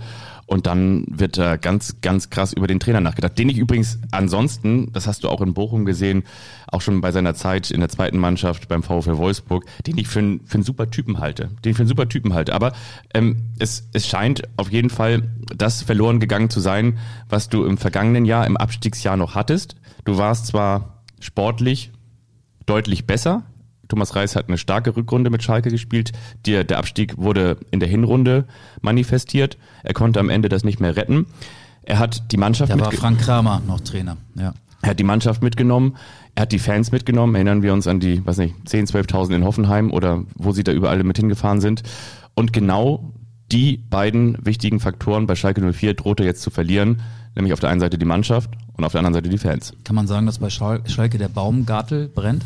Und dann wird da ganz, ganz krass über den Trainer nachgedacht. Den ich übrigens ansonsten, das hast du auch in Bochum gesehen, auch schon bei seiner Zeit in der zweiten Mannschaft beim VfL Wolfsburg, den ich für einen super Typen halte. Aber es scheint auf jeden Fall das verloren gegangen zu sein, was du im vergangenen Jahr, im Abstiegsjahr noch hattest. Du warst zwar sportlich deutlich besser. Thomas Reis hat eine starke Rückrunde mit Schalke gespielt. Der Abstieg wurde in der Hinrunde manifestiert. Er konnte am Ende das nicht mehr retten. Er hat die Mannschaft Da war Frank Kramer noch Trainer. Ja. Er hat die Mannschaft mitgenommen. Er hat die Fans mitgenommen. Erinnern wir uns an die, 10.000, 12.000 in Hoffenheim oder wo sie da überall mit hingefahren sind. Und genau die beiden wichtigen Faktoren bei Schalke 04 droht er jetzt zu verlieren. Nämlich auf der einen Seite die Mannschaft und auf der anderen Seite die Fans. Kann man sagen, dass bei Schalke der Baumgartel brennt?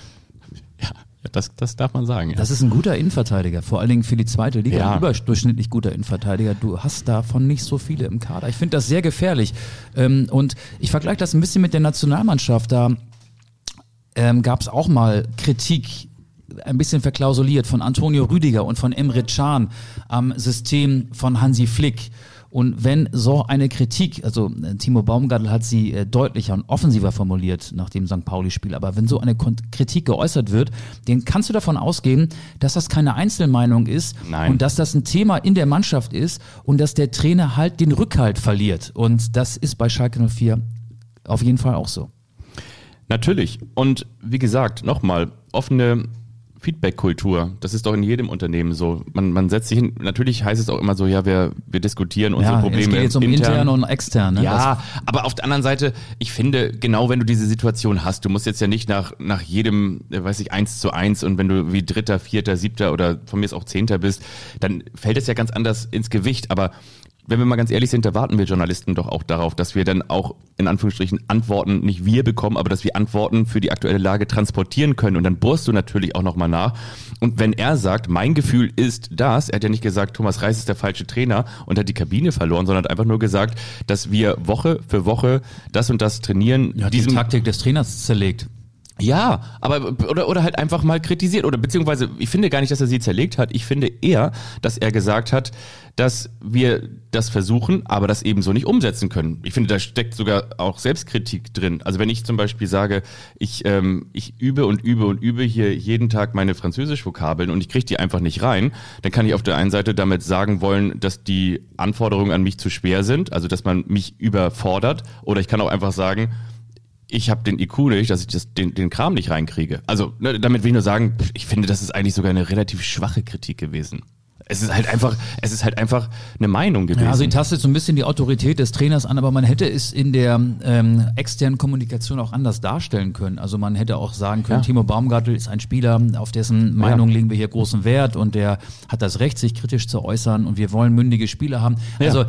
Das darf man sagen. Ja. Das ist ein guter Innenverteidiger, vor allen Dingen für die zweite Liga. Ja. Ein überdurchschnittlich guter Innenverteidiger. Du hast davon nicht so viele im Kader. Ich finde das sehr gefährlich. Und ich vergleiche das ein bisschen mit der Nationalmannschaft. Da gab es auch mal Kritik, ein bisschen verklausuliert, von Antonio Rüdiger und von Emre Can am System von Hansi Flick. Und wenn so eine Kritik, also Timo Baumgartel hat sie deutlicher und offensiver formuliert nach dem St. Pauli-Spiel, aber wenn so eine Kritik geäußert wird, dann kannst du davon ausgehen, dass das keine Einzelmeinung ist. Nein. Und dass das ein Thema in der Mannschaft ist und dass der Trainer halt den Rückhalt verliert. Und das ist bei Schalke 04 auf jeden Fall auch so. Natürlich. Und wie gesagt, nochmal, offene Feedback-Kultur, das ist doch in jedem Unternehmen so. Man setzt sich hin, natürlich heißt es auch immer so, ja, wir diskutieren unsere Probleme. Es geht jetzt um intern und extern. Ne? Ja, aber auf der anderen Seite, ich finde, genau wenn du diese Situation hast, du musst jetzt ja nicht nach jedem, 1:1 und wenn du wie 3., 4., 7. oder von mir ist auch 10. bist, dann fällt es ja ganz anders ins Gewicht, aber wenn wir mal ganz ehrlich sind, da warten wir Journalisten doch auch darauf, dass wir dann auch in Anführungsstrichen Antworten, nicht wir bekommen, aber dass wir Antworten für die aktuelle Lage transportieren können. Und dann bohrst du natürlich auch nochmal nach. Und wenn er sagt, mein Gefühl ist das, er hat ja nicht gesagt, Thomas Reis ist der falsche Trainer und hat die Kabine verloren, sondern hat einfach nur gesagt, dass wir Woche für Woche das und das trainieren. Ja, die Taktik des Trainers zerlegt. Ja, aber oder halt einfach mal kritisiert oder beziehungsweise ich finde gar nicht, dass er sie zerlegt hat. Ich finde eher, dass er gesagt hat, dass wir das versuchen, aber das eben so nicht umsetzen können. Ich finde, da steckt sogar auch Selbstkritik drin. Also wenn ich zum Beispiel sage, ich übe und übe hier jeden Tag meine Französisch-Vokabeln und ich kriege die einfach nicht rein, dann kann ich auf der einen Seite damit sagen wollen, dass die Anforderungen an mich zu schwer sind, also dass man mich überfordert, oder ich kann auch einfach sagen, ich habe den IQ nicht, dass ich den Kram nicht reinkriege. Also damit will ich nur sagen, ich finde, das ist eigentlich sogar eine relativ schwache Kritik gewesen. Es ist halt einfach eine Meinung gewesen. Ja, also die tastet so ein bisschen die Autorität des Trainers an, aber man hätte es in der externen Kommunikation auch anders darstellen können. Also man hätte auch sagen können, Timo Baumgartel ist ein Spieler, auf dessen Meinung legen wir hier großen Wert und der hat das Recht, sich kritisch zu äußern und wir wollen mündige Spieler haben. Ja. Also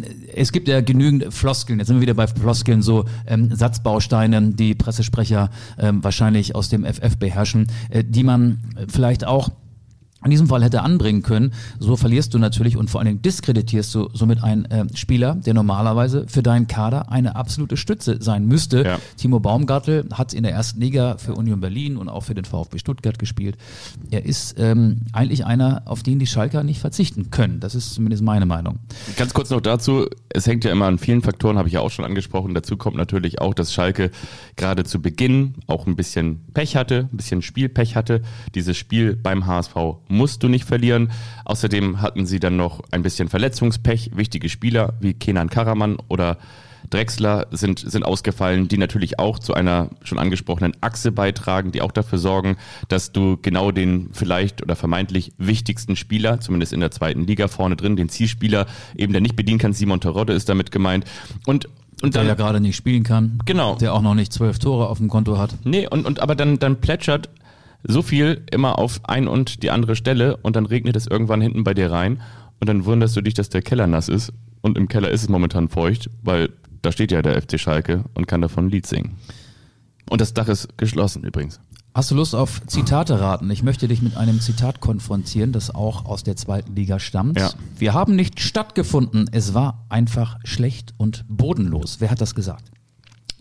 es gibt ja genügend Floskeln, jetzt sind wir wieder bei Floskeln, so Satzbausteine, die Pressesprecher wahrscheinlich aus dem FF beherrschen, die man vielleicht auch in diesem Fall hätte anbringen können. So verlierst du natürlich und vor allen Dingen diskreditierst du somit einen Spieler, der normalerweise für deinen Kader eine absolute Stütze sein müsste. Ja. Timo Baumgartel hat in der ersten Liga für Union Berlin und auch für den VfB Stuttgart gespielt. Er ist eigentlich einer, auf den die Schalker nicht verzichten können. Das ist zumindest meine Meinung. Ganz kurz noch dazu, es hängt ja immer an vielen Faktoren, habe ich ja auch schon angesprochen. Dazu kommt natürlich auch, dass Schalke gerade zu Beginn auch ein bisschen Pech hatte, ein bisschen Spielpech hatte. Dieses Spiel beim HSV musst du nicht verlieren. Außerdem hatten sie dann noch ein bisschen Verletzungspech. Wichtige Spieler wie Kenan Karaman oder Drexler sind ausgefallen, die natürlich auch zu einer schon angesprochenen Achse beitragen, die auch dafür sorgen, dass du genau den vielleicht oder vermeintlich wichtigsten Spieler, zumindest in der zweiten Liga vorne drin, den Zielspieler eben, der nicht bedienen kann, Simon Terodde ist damit gemeint. Und der dann, ja gerade nicht spielen kann. Genau. Der auch noch nicht 12 Tore auf dem Konto hat. Nee, aber dann plätschert so viel immer auf ein und die andere Stelle und dann regnet es irgendwann hinten bei dir rein und dann wunderst du dich, dass der Keller nass ist und im Keller ist es momentan feucht, weil da steht ja der FC Schalke und kann davon ein Lied singen. Und das Dach ist geschlossen übrigens. Hast du Lust auf Zitate raten? Ich möchte dich mit einem Zitat konfrontieren, das auch aus der zweiten Liga stammt. Ja. Wir haben nicht stattgefunden, es war einfach schlecht und bodenlos. Wer hat das gesagt?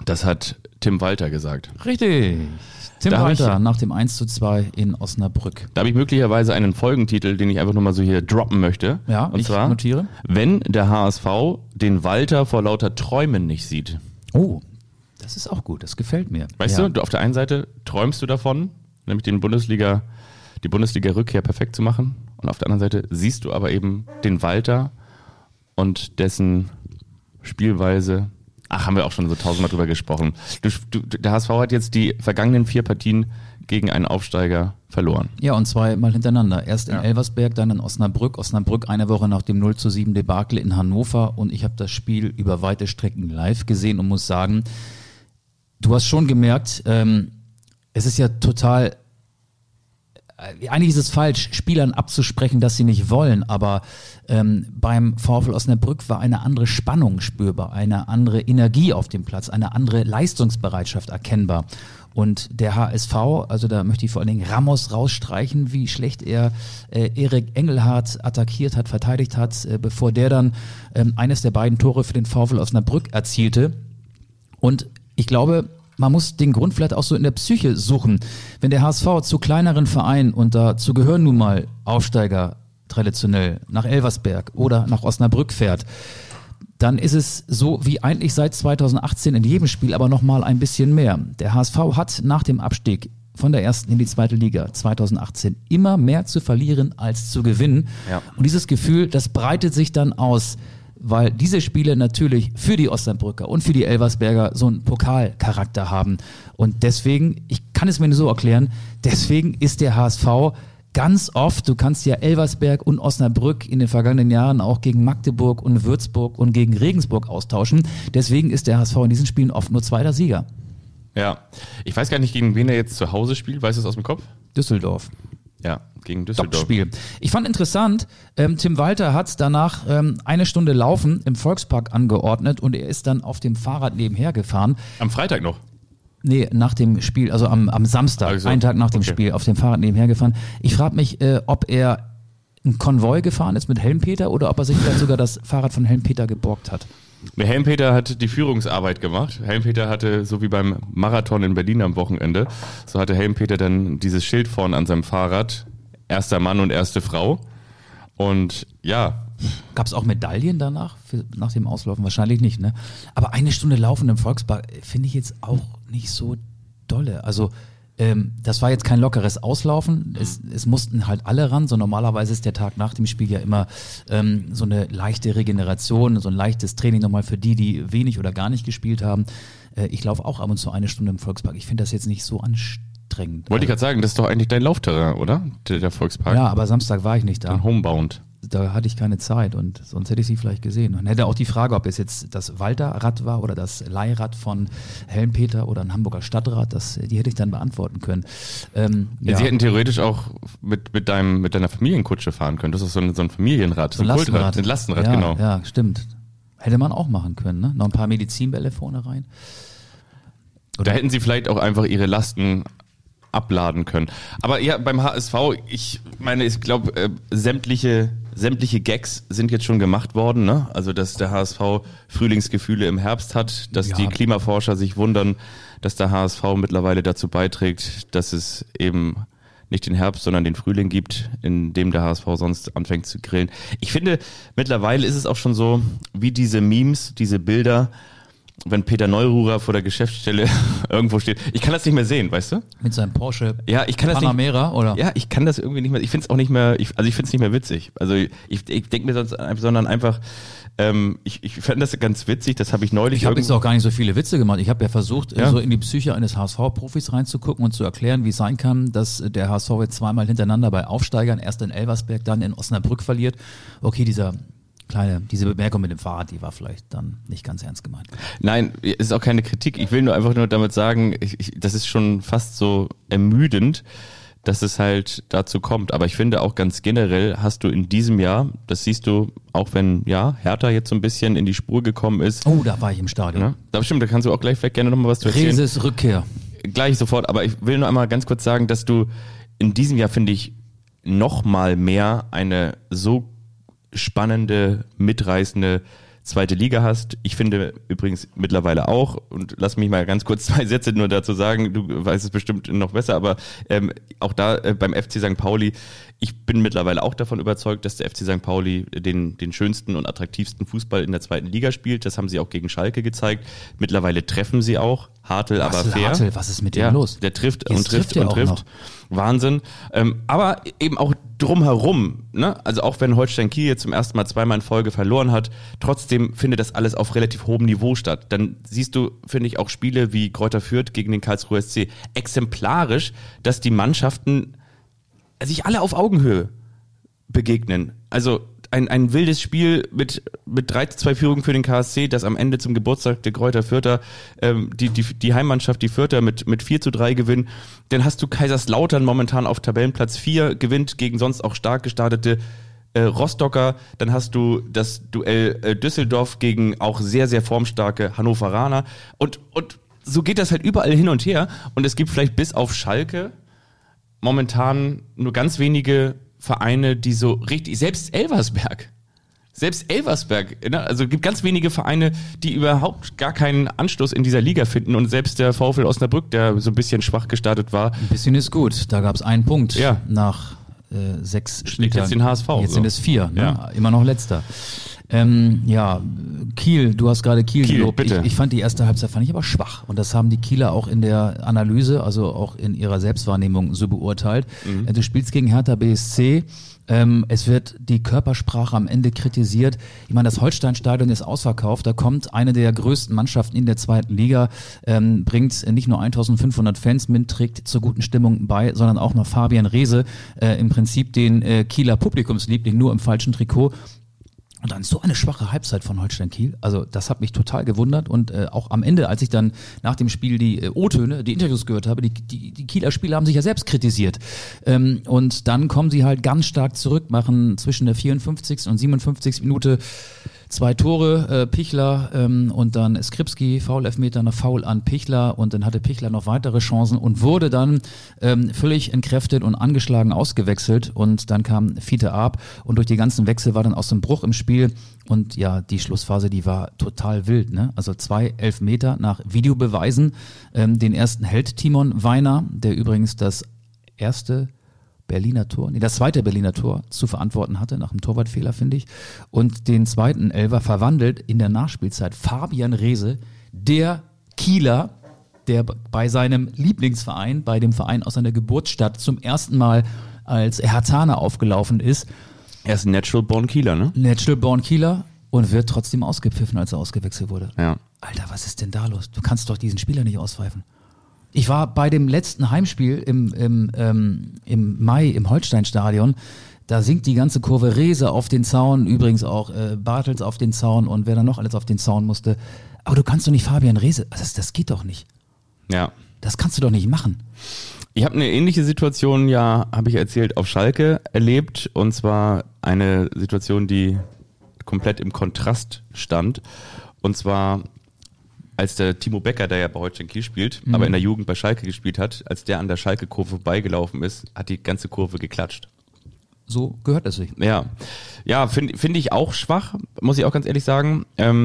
Das hat Tim Walter gesagt. Richtig. Tim Da Walter nach dem 1:2 in Osnabrück. Da habe ich möglicherweise einen Folgentitel, den ich einfach nur mal so hier droppen möchte. Ja, und ich zwar, notiere. wenn der HSV den Walter vor lauter Träumen nicht sieht. Oh, das ist auch gut, das gefällt mir. Weißt du, auf der einen Seite träumst du davon, nämlich die Bundesliga-Rückkehr perfekt zu machen. Und auf der anderen Seite siehst du aber eben den Walter und dessen Spielweise. Ach, haben wir auch schon so tausendmal drüber gesprochen. Der HSV hat jetzt die vergangenen 4 Partien gegen einen Aufsteiger verloren. Ja, und 2-mal hintereinander. Erst in Elversberg, dann in Osnabrück. Osnabrück eine Woche nach dem 0:7 Debakel in Hannover. Und ich habe das Spiel über weite Strecken live gesehen und muss sagen, du hast schon gemerkt, es ist ja total, eigentlich ist es falsch, Spielern abzusprechen, dass sie nicht wollen, aber beim VfL Osnabrück war eine andere Spannung spürbar, eine andere Energie auf dem Platz, eine andere Leistungsbereitschaft erkennbar. Und der HSV, also da möchte ich vor allen Dingen Ramos rausstreichen, wie schlecht er Erik Engelhardt attackiert hat, verteidigt hat, bevor der dann eines der beiden Tore für den VfL Osnabrück erzielte. Und ich glaube, man muss den Grund vielleicht auch so in der Psyche suchen. Wenn der HSV zu kleineren Vereinen, und dazu gehören nun mal Aufsteiger traditionell, nach Elversberg oder nach Osnabrück fährt, dann ist es so wie eigentlich seit 2018 in jedem Spiel, aber nochmal ein bisschen mehr. Der HSV hat nach dem Abstieg von der ersten in die zweite Liga 2018 immer mehr zu verlieren als zu gewinnen. Ja. Und dieses Gefühl, das breitet sich dann aus, weil diese Spiele natürlich für die Osnabrücker und für die Elversberger so einen Pokalcharakter haben. Und deswegen, ich kann es mir nur so erklären, deswegen ist der HSV ganz oft, du kannst ja Elversberg und Osnabrück in den vergangenen Jahren auch gegen Magdeburg und Würzburg und gegen Regensburg austauschen. Deswegen ist der HSV in diesen Spielen oft nur zweiter Sieger. Ja, ich weiß gar nicht, gegen wen er jetzt zu Hause spielt. Weißt du es aus dem Kopf? Düsseldorf. Ja, gegen Düsseldorf. Top-Spiel. Ich fand interessant, Tim Walter hat danach 1 Stunde Laufen im Volkspark angeordnet und er ist dann auf dem Fahrrad nebenher gefahren. Am Freitag noch? Nee, nach dem Spiel, also am Samstag, also, einen Tag nach dem Spiel, auf dem Fahrrad nebenher gefahren. Ich frage mich, ob er ein Konvoi gefahren ist mit Helmpeter oder ob er sich vielleicht sogar das Fahrrad von Helmpeter geborgt hat. Der Helmpeter hat die Führungsarbeit gemacht. Helmpeter hatte, so wie beim Marathon in Berlin am Wochenende, so hatte Helmpeter dann dieses Schild vorne an seinem Fahrrad, erster Mann und erste Frau. Und ja. Gab es auch Medaillen danach, nach dem Auslaufen? Wahrscheinlich nicht, ne? Aber 1 Stunde Laufen im Volkspark finde ich jetzt auch nicht so dolle. Also das war jetzt kein lockeres Auslaufen. Es mussten halt alle ran. So normalerweise ist der Tag nach dem Spiel ja immer so eine leichte Regeneration, so ein leichtes Training nochmal für die wenig oder gar nicht gespielt haben. Ich laufe auch ab und zu 1 Stunde im Volkspark. Ich finde das jetzt nicht so anstrengend. Wollte ich gerade sagen, das ist doch eigentlich dein Laufterrain, oder? Der Volkspark. Ja, aber Samstag war ich nicht da. Ein Homebound. Da hatte ich keine Zeit und sonst hätte ich sie vielleicht gesehen. Und hätte auch die Frage, ob es jetzt das Walter-Rad war oder das Leihrad von Helmpeter oder ein Hamburger Stadtrad, die hätte ich dann beantworten können. Ja. Sie hätten theoretisch auch mit deiner Familienkutsche fahren können. Das ist so ein Familienrad, so ein Lastenrad. Ein Lastenrad, ja, genau. Ja, stimmt. Hätte man auch machen können, ne? Noch ein paar Medizinbälle vorne rein. Oder da hätten sie vielleicht auch einfach ihre Lasten abladen können. Aber ja, beim HSV, ich glaube, sämtliche Gags sind jetzt schon gemacht worden, ne? Also, dass der HSV Frühlingsgefühle im Herbst hat, dass die Klimaforscher sich wundern, dass der HSV mittlerweile dazu beiträgt, dass es eben nicht den Herbst, sondern den Frühling gibt, in dem der HSV sonst anfängt zu grillen. Ich finde, mittlerweile ist es auch schon so, wie diese Memes, diese Bilder, wenn Peter Neururer vor der Geschäftsstelle irgendwo steht. Ich kann das nicht mehr sehen, weißt du? Mit seinem Porsche Panamera, nicht, oder? Ja, ich kann das irgendwie nicht mehr. Ich finde es auch nicht mehr, ich finde es nicht mehr witzig. Also ich denke mir sondern einfach, ich fand das ganz witzig, das habe ich neulich. Ich habe jetzt auch gar nicht so viele Witze gemacht. Ich habe ja versucht, so in die Psyche eines HSV-Profis reinzugucken und zu erklären, wie es sein kann, dass der HSV jetzt 2-mal hintereinander bei Aufsteigern, erst in Elversberg, dann in Osnabrück verliert. Okay, diese Bemerkung mit dem Fahrrad, die war vielleicht dann nicht ganz ernst gemeint. Nein, ist auch keine Kritik. Ich will einfach nur damit sagen, das ist schon fast so ermüdend, dass es halt dazu kommt. Aber ich finde auch ganz generell hast du in diesem Jahr, das siehst du, auch wenn Hertha jetzt so ein bisschen in die Spur gekommen ist. Oh, da war ich im Stadion. Ja, da stimmt, da kannst du auch gleich vielleicht gerne nochmal was zu erzählen. Reses Rückkehr. Gleich sofort, aber ich will nur einmal ganz kurz sagen, dass du in diesem Jahr, finde ich, noch mal mehr eine so spannende, mitreißende zweite Liga hast. Ich finde übrigens mittlerweile auch, und lass mich mal ganz kurz 2 Sätze nur dazu sagen, du weißt es bestimmt noch besser, aber auch da beim FC St. Pauli, ich bin mittlerweile auch davon überzeugt, dass der FC St. Pauli den schönsten und attraktivsten Fußball in der zweiten Liga spielt. Das haben sie auch gegen Schalke gezeigt. Mittlerweile treffen sie auch. Hartl, aber fair. Hartl, was ist mit dem los? Der trifft Jetzt und trifft und auch trifft. noch. Wahnsinn. Aber eben auch drumherum, ne? Also auch wenn Holstein Kiel jetzt zum ersten Mal 2-mal in Folge verloren hat, trotzdem findet das alles auf relativ hohem Niveau statt. Dann siehst du, finde ich, auch Spiele wie Greuther Fürth gegen den Karlsruher SC exemplarisch, dass die Mannschaften sich alle auf Augenhöhe begegnen. Also ein wildes Spiel mit 3-2 Führung für den KSC, das am Ende zum Geburtstag der Greuther Fürther die Heimmannschaft, die Fürther mit 4-3 gewinnen. Dann hast du Kaiserslautern momentan auf Tabellenplatz 4, gewinnt gegen sonst auch stark gestartete Rostocker. Dann hast du das Duell Düsseldorf gegen auch sehr, sehr formstarke Hannoveraner. Und so geht das halt überall hin und her. Und es gibt vielleicht bis auf Schalke momentan nur ganz wenige Vereine, die so richtig, selbst Elversberg, ne? Also es gibt ganz wenige Vereine, die überhaupt gar keinen Anschluss in dieser Liga finden, und selbst der VfL Osnabrück, der so ein bisschen schwach gestartet war. Ein bisschen ist gut, da gab es einen Punkt nach 6 Schlägt jetzt den HSV. Jetzt sind es 4, ne? Ja. Immer noch letzter. Kiel, du hast gerade Kiel gelobt. Bitte. Ich fand die erste Halbzeit aber schwach, und das haben die Kieler auch in der Analyse, also auch in ihrer Selbstwahrnehmung so beurteilt. Du spielst gegen Hertha BSC, es wird die Körpersprache am Ende kritisiert. Ich meine, das Holstein-Stadion ist ausverkauft, da kommt eine der größten Mannschaften in der zweiten Liga, bringt nicht nur 1500 Fans mit, trägt zur guten Stimmung bei, sondern auch noch Fabian Reese, im Prinzip den Kieler Publikumsliebling, nur im falschen Trikot. Und dann so eine schwache Halbzeit von Holstein Kiel. Also das hat mich total gewundert, und auch am Ende, als ich dann nach dem Spiel die O-Töne, die Interviews gehört habe, die Kieler Spieler haben sich ja selbst kritisiert. Und dann kommen sie halt ganz stark zurück, machen zwischen der 54. und 57. Minute 2 Tore, Pichler und dann Skripski, Foul-Elfmeter, eine Foul an Pichler, und dann hatte Pichler noch weitere Chancen und wurde dann völlig entkräftet und angeschlagen ausgewechselt, und dann kam Fiete Arp, und durch die ganzen Wechsel war dann aus dem Bruch im Spiel, und ja, die Schlussphase, die war total wild, ne? Also 2 Elfmeter nach Videobeweisen, den ersten hält Timon Weiner, der übrigens das zweite Berliner Tor zu verantworten hatte, nach einem Torwartfehler, finde ich. Und den zweiten Elfer verwandelt in der Nachspielzeit Fabian Reese, der Kieler, der bei seinem Lieblingsverein, bei dem Verein aus seiner Geburtsstadt zum ersten Mal als Herthaner aufgelaufen ist. Er ist Natural Born Kieler, ne? Natural Born Kieler, und wird trotzdem ausgepfiffen, als er ausgewechselt wurde. Ja. Alter, was ist denn da los? Du kannst doch diesen Spieler nicht auspfeifen. Ich war bei dem letzten Heimspiel im Mai im Holstein-Stadion. Da sinkt die ganze Kurve, Reese auf den Zaun, übrigens auch Bartels auf den Zaun und wer da noch alles auf den Zaun musste. Aber du kannst doch nicht Fabian Reese, das geht doch nicht. Ja. Das kannst du doch nicht machen. Ich habe eine ähnliche Situation, habe ich erzählt, auf Schalke erlebt, und zwar eine Situation, die komplett im Kontrast stand, und zwar als der Timo Becker, der ja bei Holstein Kiel spielt, aber in der Jugend bei Schalke gespielt hat, als der an der Schalke-Kurve vorbeigelaufen ist, hat die ganze Kurve geklatscht. So gehört es sich. Ja, finde ich auch schwach, muss ich auch ganz ehrlich sagen.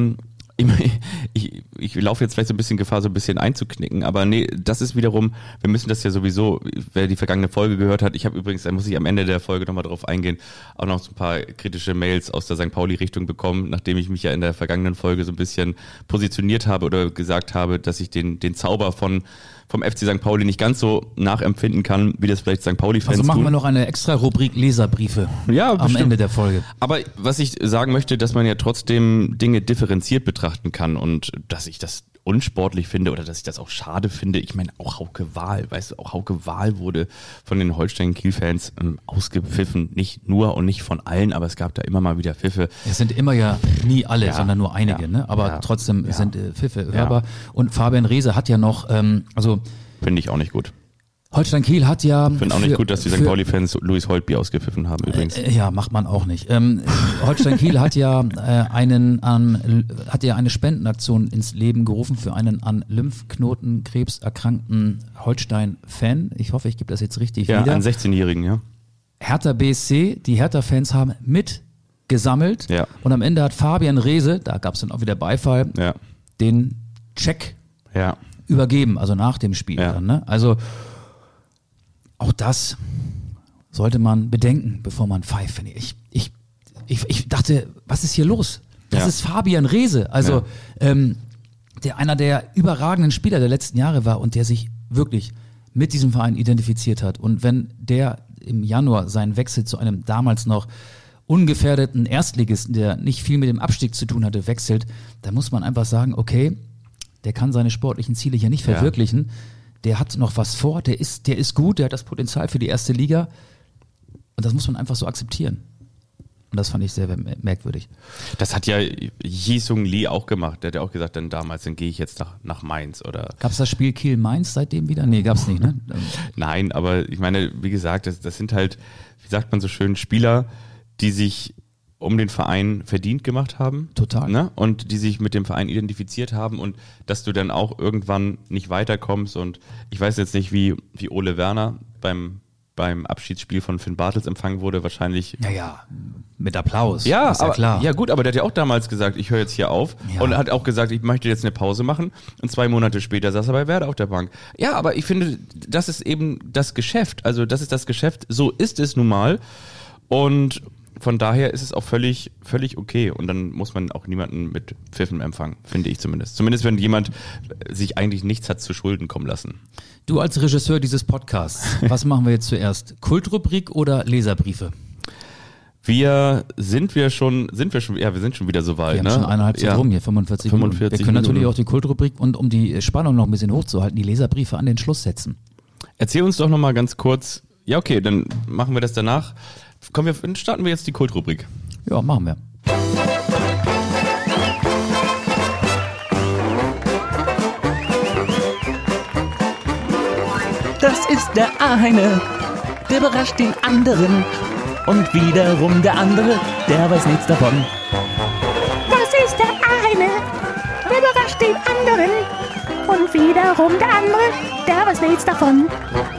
Ich laufe jetzt vielleicht so ein bisschen Gefahr, so ein bisschen einzuknicken, aber nee, das ist wiederum, wir müssen das ja sowieso, wer die vergangene Folge gehört hat, ich habe übrigens, da muss ich am Ende der Folge nochmal drauf eingehen, auch noch so ein paar kritische Mails aus der St. Pauli-Richtung bekommen, nachdem ich mich ja in der vergangenen Folge so ein bisschen positioniert habe oder gesagt habe, dass ich den Zauber vom FC St. Pauli nicht ganz so nachempfinden kann, wie das vielleicht St. Pauli-Fans tun. Also machen wir noch eine extra Rubrik Leserbriefe am Ende der Folge. Aber was ich sagen möchte, dass man ja trotzdem Dinge differenziert betrachten kann, und dass ich das unsportlich finde oder dass ich das auch schade finde. Ich meine, auch Hauke Wahl, auch Hauke Wahl wurde von den Holstein-Kiel-Fans ausgepfiffen. Nicht nur und nicht von allen, aber es gab da immer mal wieder Pfiffe. Es sind immer ja nie alle, sondern nur einige, ne? Aber trotzdem sind Pfiffe hörbar. Und Fabian Reese hat ja noch, finde ich auch nicht gut. Holstein Kiel hat ja... Ich finde auch nicht gut, dass die St. Pauli-Fans Louis Holtby ausgepfiffen haben übrigens. Ja, macht man auch nicht. Holstein Kiel hat ja eine Spendenaktion ins Leben gerufen für einen an Lymphknotenkrebs erkrankten Holstein-Fan. Ich hoffe, ich gebe das jetzt richtig wieder. Ja, einen 16-Jährigen, ja. Hertha BSC, die Hertha-Fans haben mit gesammelt Ja. und am Ende hat Fabian Reese, da gab es dann auch wieder Beifall, Ja. den Check Ja. übergeben, also nach dem Spiel Ja. dann. Ne? Also auch das sollte man bedenken, bevor man pfeift. Finde ich. Ich dachte, was ist hier los? Das Ja. ist Fabian Reese, also einer der überragenden Spieler der letzten Jahre war und der sich wirklich mit diesem Verein identifiziert hat. Und wenn der im Januar seinen Wechsel zu einem damals noch ungefährdeten Erstligisten, der nicht viel mit dem Abstieg zu tun hatte, wechselt, dann muss man einfach sagen, okay, der kann seine sportlichen Ziele hier nicht verwirklichen. Der hat noch was vor, der ist gut, der hat das Potenzial für die erste Liga. Und das muss man einfach so akzeptieren. Und das fand ich sehr merkwürdig. Das hat ja Ji-Sung Lee auch gemacht. Der hat ja auch gesagt, dann gehe ich jetzt nach Mainz. Oder Gab es das Spiel Kiel-Mainz seitdem wieder? Nee, gab's nicht, ne? Nein, aber ich meine, wie gesagt, das sind halt, wie sagt man so schön, Spieler, die sich um den Verein verdient gemacht haben. Total. Ne? Und die sich mit dem Verein identifiziert haben und dass du dann auch irgendwann nicht weiterkommst. Und ich weiß jetzt nicht, wie Ole Werner beim Abschiedsspiel von Finn Bartels empfangen wurde, wahrscheinlich. Ja, mit Applaus. Ja, ist ja aber, klar. Ja gut, aber der hat ja auch damals gesagt, ich höre jetzt hier auf und hat auch gesagt, ich möchte jetzt eine Pause machen und 2 Monate später saß er bei Werder auf der Bank. Ja, aber ich finde, das ist eben das Geschäft, also das ist das Geschäft, so ist es nun mal und von daher ist es auch völlig okay und dann muss man auch niemanden mit Pfiffen empfangen, finde ich zumindest. Zumindest wenn jemand sich eigentlich nichts hat zu Schulden kommen lassen. Du als Regisseur dieses Podcasts, was machen wir jetzt zuerst? Kultrubrik oder Leserbriefe? Wir sind schon wieder so weit. Wir haben schon 1,5 Zeit rum hier, 45 Minuten. Wir können natürlich auch die Kultrubrik und um die Spannung noch ein bisschen hochzuhalten, die Leserbriefe an den Schluss setzen. Erzähl uns doch nochmal ganz kurz, ja okay, dann machen wir das danach. Starten wir jetzt die Kultrubrik. Ja, machen wir. Das ist der eine, der überrascht den anderen. Und wiederum der andere, der weiß nichts davon. Das ist der eine, der überrascht den anderen. Und wiederum der andere, der weiß nichts davon.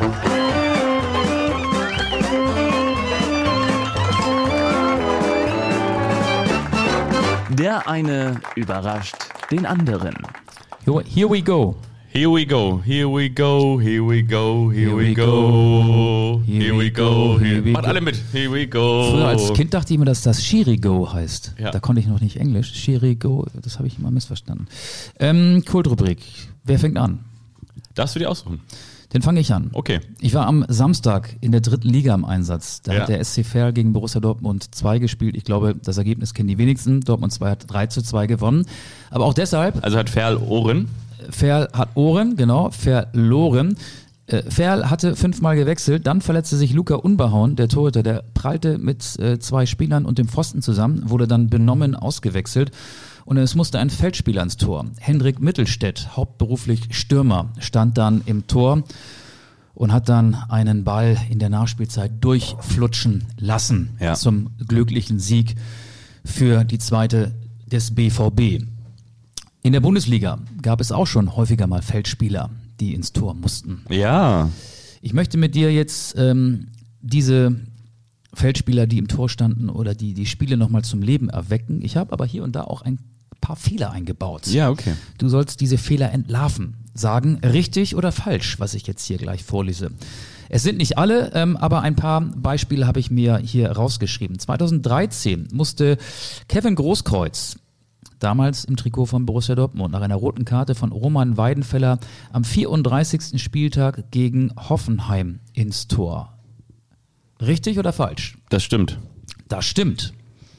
Der eine überrascht den anderen. Here we go. Here we go, here we go, here we go, here we go, here we go, here we go. Macht alle mit, here we go. Früher als Kind dachte ich immer, dass das Shirigo heißt. Ja. Da konnte ich noch nicht Englisch. Shirigo, das habe ich immer missverstanden. Kultrubrik. Wer fängt an? Darfst du dir aussuchen? Den fange ich an. Okay. Ich war am Samstag in der 3. Liga im Einsatz. Da hat der SC Verl gegen Borussia Dortmund 2 gespielt. Ich glaube, das Ergebnis kennen die wenigsten. Dortmund 2 hat 3:2 gewonnen. Aber auch deshalb... Also hat Verl Ohren? Verl hat Ohren, genau, verloren. Verl hatte 5-mal gewechselt, dann verletzte sich Luca Unbehauen, der Torhüter, der prallte mit 2 Spielern und dem Pfosten zusammen, wurde dann benommen ausgewechselt und es musste ein Feldspieler ins Tor. Hendrik Mittelstädt, hauptberuflich Stürmer, stand dann im Tor und hat dann einen Ball in der Nachspielzeit durchflutschen lassen zum glücklichen Sieg für die zweite des BVB. In der Bundesliga gab es auch schon häufiger mal Feldspieler, die ins Tor mussten. Ja. Ich möchte mit dir jetzt diese Feldspieler, die im Tor standen oder die Spiele nochmal zum Leben erwecken. Ich habe aber hier und da auch ein paar Fehler eingebaut. Ja, okay. Du sollst diese Fehler entlarven, sagen, richtig oder falsch, was ich jetzt hier gleich vorlese. Es sind nicht alle, aber ein paar Beispiele habe ich mir hier rausgeschrieben. 2013 musste Kevin Großkreuz, damals im Trikot von Borussia Dortmund, nach einer roten Karte von Roman Weidenfeller am 34. Spieltag gegen Hoffenheim ins Tor. Richtig oder falsch? Das stimmt. Das stimmt.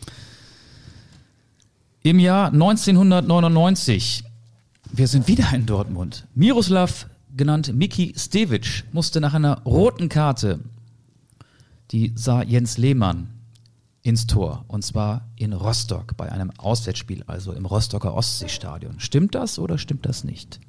Im Jahr 1999, wir sind wieder in Dortmund, Miroslav, genannt Miki Stevic, musste nach einer roten Karte, die sah Jens Lehmann, ins Tor. Und zwar in Rostock bei einem Auswärtsspiel, also im Rostocker Ostseestadion. Stimmt das oder stimmt das nicht?